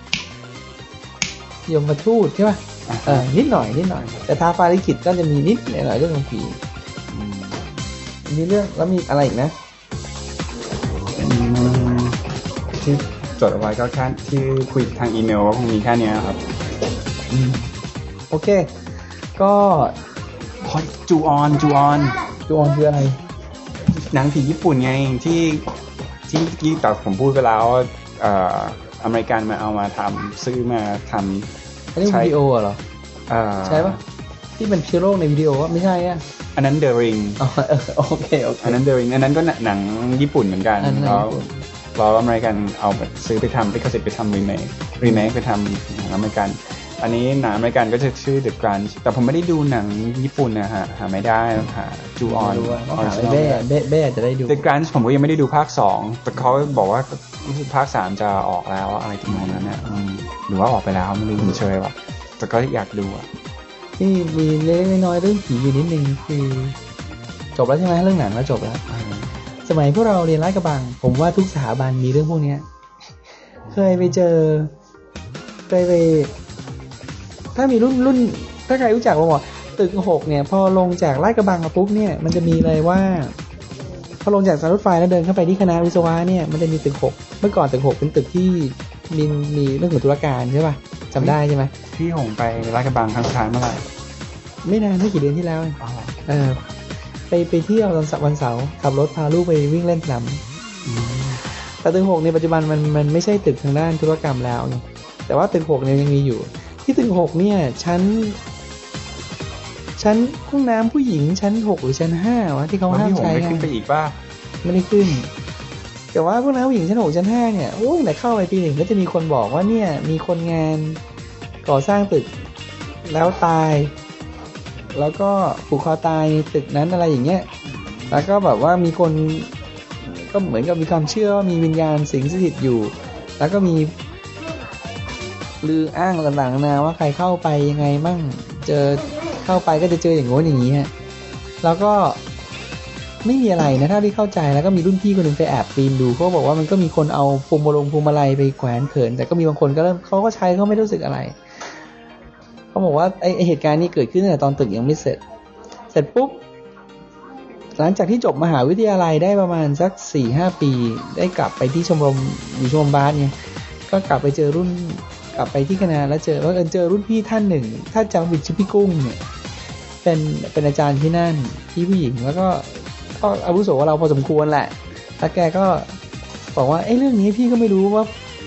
ยมทูตใช่ป่ะนิดหน่อยแต่ท้าฟ้าลิขิตก็จะมีนิดหน่อยเรื่องของผีมีเรื่องแล้วมีอะไรอีกนะ
ที่จดเอาไว้ก็แค่ที่คุยทางอีเมลก็คงมีแค่นี้ครับ
โอเคก็
จูออน
คืออะไร
หนังผีญี่ปุ่นไงที่แต่ผมพูดไปแล้วอเมริกันมาเอามาทำซื้อมาทำ
อันนี้วิดีโอเหรอใช่ปะที่เป็นเชื้อโรคในวิดีโอว่าไม่ใช่
อันนั้น The Ring
โอเค
อันนั้น The Ring อันนั้นก็หนังญี่ปุ่นเหมือนกันแล้วอเมริกันเอาแบบซื้อไปทำลิขสิทธิ์ไปทำรีเมคไปทำหนังอเมริกันอันนี้หนังอเมริกันก็จะชื่อ The Grudge แต่ผมไม่ได้ดูหนังญี่ปุ่นนะฮะหาไม่ได้หาจูออน
เบ้จะได้ดู
The Grudge ผมก็ยังไม่ได้ดูภาค2แต่เขาบอกว่าภาค3จะออกแล้วอะไรทำนองนั้นนะหรือว่าออกไปแล้วไม่รู้ผมเชยว่ะแต่ก็อยากดู
ที่มีเล็กน้อยเรื่องผีอยู่นิดนึงคือจบแล้วใช่ไหมเรื่องหนังแล้วจบแล้วสมัยพวกเราเรียนราชกระบังผมว่าทุกสถาบันมีเรื่องพวกนี้เคยไปถ้ามีรุ่นถ้าใครรู้จักว่าตึก6เนี่ยพอลงจากลาดกระบังมาปุ๊บเนี่ยมันจะมีเลยว่าพอลงจากสถานีรถไฟแล้วเดินเข้าไปที่คณะวิศวะเนี่ยมันจะมีตึก6เมื่อก่อนตึก6เป็นตึกที่มีเรื่องของธุรการใช่ป่ะจำได้ใช่ไหม
พี่หงไปลาดกระบังครั้งสุดท้ายเมื่อไหร่
ไม่นานไม่กี่เดือนที่แล้วไปเที่ยวตอนวันเสาร์ขับรถพาลูกไปวิ่งเล่นสนามแต่ตึก6ในปัจจุบันมันไม่ใช่ตึกทางด้านธุรกรรมแล้วแต่ว่าตึก6เนี่ยยังมีอยู่ที่ตึก6เนี่ยชั้นห้องน้ำผู้หญิงชั้น6หรือชั้น5วะที่เขาห้ามใช้
ขึ้นไปอีกป่ะ
ไม่ได้ขึ้นแต่ว่าพวกน้ำผู้หญิงชั้น6ชั้น5เนี่ยโอ้ยไหนเข้าไปปี1แล้วจะมีคนบอกว่าเนี่ยมีคนงานก่อสร้างตึกแล้วตายแล้วก็ผูกคอตายในตึกนั้นอะไรอย่างเงี้ยแล้วก็แบบว่ามีคนก็เหมือนกับมีความเชื่อว่ามีวิญญาณสิงสถิตอยู่แล้วก็มีลืออ้างต่างๆนะว่าใครเข้าไปยังไงมั่งเจอเข้าไปก็จะเจออย่างโน้นอย่างนี้ฮะแล้วก็ไม่มีอะไรนะถ้าที่เข้าใจแล้วก็มีรุ่นพี่คนนึงไปแอบปีนดูเขาบอกว่ามันก็มีคนเอาพวงมาลัยไปแขวนเขินแต่ก็มีบางคนก็เริ่มเขาก็ใช้เขาไม่รู้สึกอะไรเขาบอกว่าไอเหตุการณ์นี้เกิดขึ้นตั้งแต่ตอนตึกยังไม่เสร็จปุ๊บหลังจากที่จบมหาวิทยาลัยได้ประมาณสัก 4-5 ปีได้กลับไปที่ชมรมอยู่ชมรมบาสเนี่ยก็กลับไปเจอรุ่นกลับไปที่คณะแล้วเจอรุ่นพี่ท่านหนึ่งถ้าจำผิดชื่อพี่กุ้งเนี่ยเป็นอาจารย์ที่นั่นพี่ผู้หญิงแล้วก็อาวุโสกว่าเราพอสมควรแหละแล้วแกก็บอกว่าเรื่องนี้พี่ก็ไม่รู้ว่า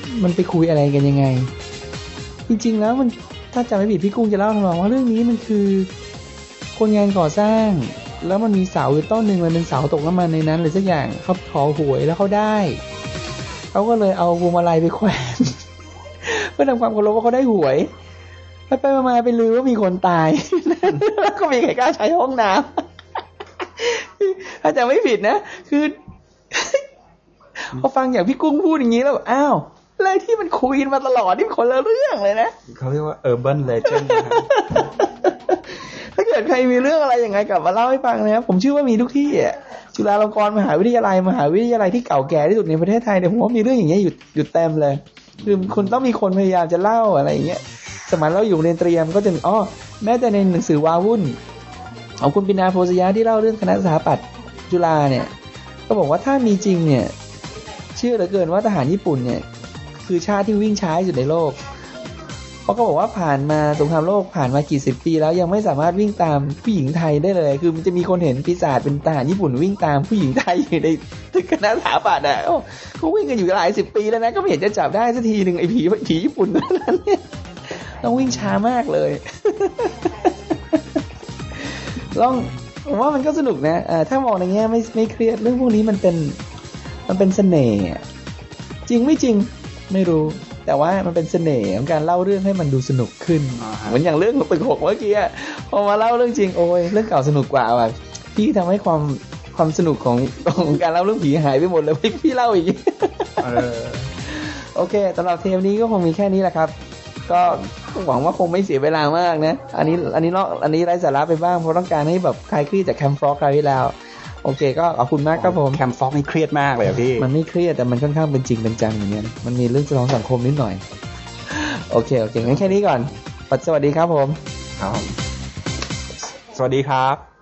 มันไปคุยอะไรกันยังไงจริงๆแล้วมันถ้าจำไม่ผิดพี่กุ้งจะเล่าทำนองว่าเรื่องนี้มันคือคนงานก่อสร้างแล้วมันมีเสาอยู่ต้นหนึ่งมันเป็นเสาตกน้ำมันในนั้นหรือสักอย่างเขาขอหวยแล้วเขาได้เขาก็เลยเอาพวงมาลัยไปแขวน เพื่อทำความเคารพว่าเขาได้หวยไปมาไปลือว่ามีคนตาย แล้วก็มีใครกล้าใช้ห้องน้ำ ถ้าจำไม่ผิดนะคือ พอฟังอย่างพี่กุ้งพูดอย่างนี้แล้วอ้าวอะไรที่มันคุยมาตลอดนี่คนละเรื่องเลยนะ
เขาเรียกว่า urban legend นะครับ
ถ้าเกิดใครมีเรื่องอะไรยังไงกลับมาเล่าให้ฟังนะครับผมเชื่อว่ามีทุกที่อ่ะจุฬาลงกรณ์มหาวิทยาลัยที่เก่าแก่ที่สุดในประเทศไทยเนี่ยผมว่ามีเรื่องอย่างเงี้ยอยู่เต็มเลยคือคุณต้องมีคนพยายามจะเล่าอะไรอย่างเงี้ยสมัยเราอยู่เรียนเตรียมก็จะแม้แต่ในหนังสือวาวุ่นของคุณปินาโพสยาที่เล่าเรื่องคณะสถาปัตย์จุฬาเนี่ยก็บอกว่าถ้ามีจริงเนี่ยเชื่อเหลือเกินว่าทหารญี่ปุ่นเนี่ยคือชาติที่วิ่งช้าที่สุดในโลกเพราะก็บอกว่าผ่านมาสงครามโลกผ่านมากี่สิบปีแล้วยังไม่สามารถวิ่งตามผู้หญิงไทยได้เลยคือมันจะมีคนเห็นปีศาจเป็นทหารญี่ปุ่นวิ่งตามผู้หญิงไทยอยู่ในตึกคณะสถาปัตย์อ่ะเขาวิ่งกันอยู่หลายสิบปีแล้วนะก็ไม่เห็นจะจับได้สักทีนึงไอ้ผีญี่ปุ่นนั้นเนี่ยต้องวิ่งช้ามากเลย ลองผมว่ามันก็สนุกนะถ้ามองในแง่ไม่เครียดเรื่องพวกนี้มันเป็นเสน่ห์จริงไม่จริงไม่รู้แต่ว่ามันเป็นเสน่ห์ของการเล่าเรื่องให้มันดูสนุกขึ้นเหมือนอย่างเรื่องตึกหกเมื่อกี้พอมาเล่าเรื่องจริงโอ้ยเรื่องเก่าสนุกกว่าว่ะพี่ทำให้ความสนุกของการเล่าเรื่องผีหายไปหมดเลยพี่เล่าอีก โอเคสำหรับเทปนี้ก็คงมีแค่นี้แหละครับก็หวังว่าคงไม่เสียเวลามากนะอันนี้ไร้สาระไปบ้างเพราะต้องการให้แบบคลายเครียดจากแคมฟล็อกคราวที่แล้วโอเคก็ขอบคุณมากครับผม
แคมฟล็อกนี่เครียดมากเลยพี่
มันไม่เครียดแต่มันค่อนข้างเป็นจริงเป็นจังอย่างเงี้ยมันมีเรื่องสะท้อนสังคมนิดหน่อยโอเคงั้นแค่นี้ก่อนสวัสดีครับผม
ครับสวัสดีครับ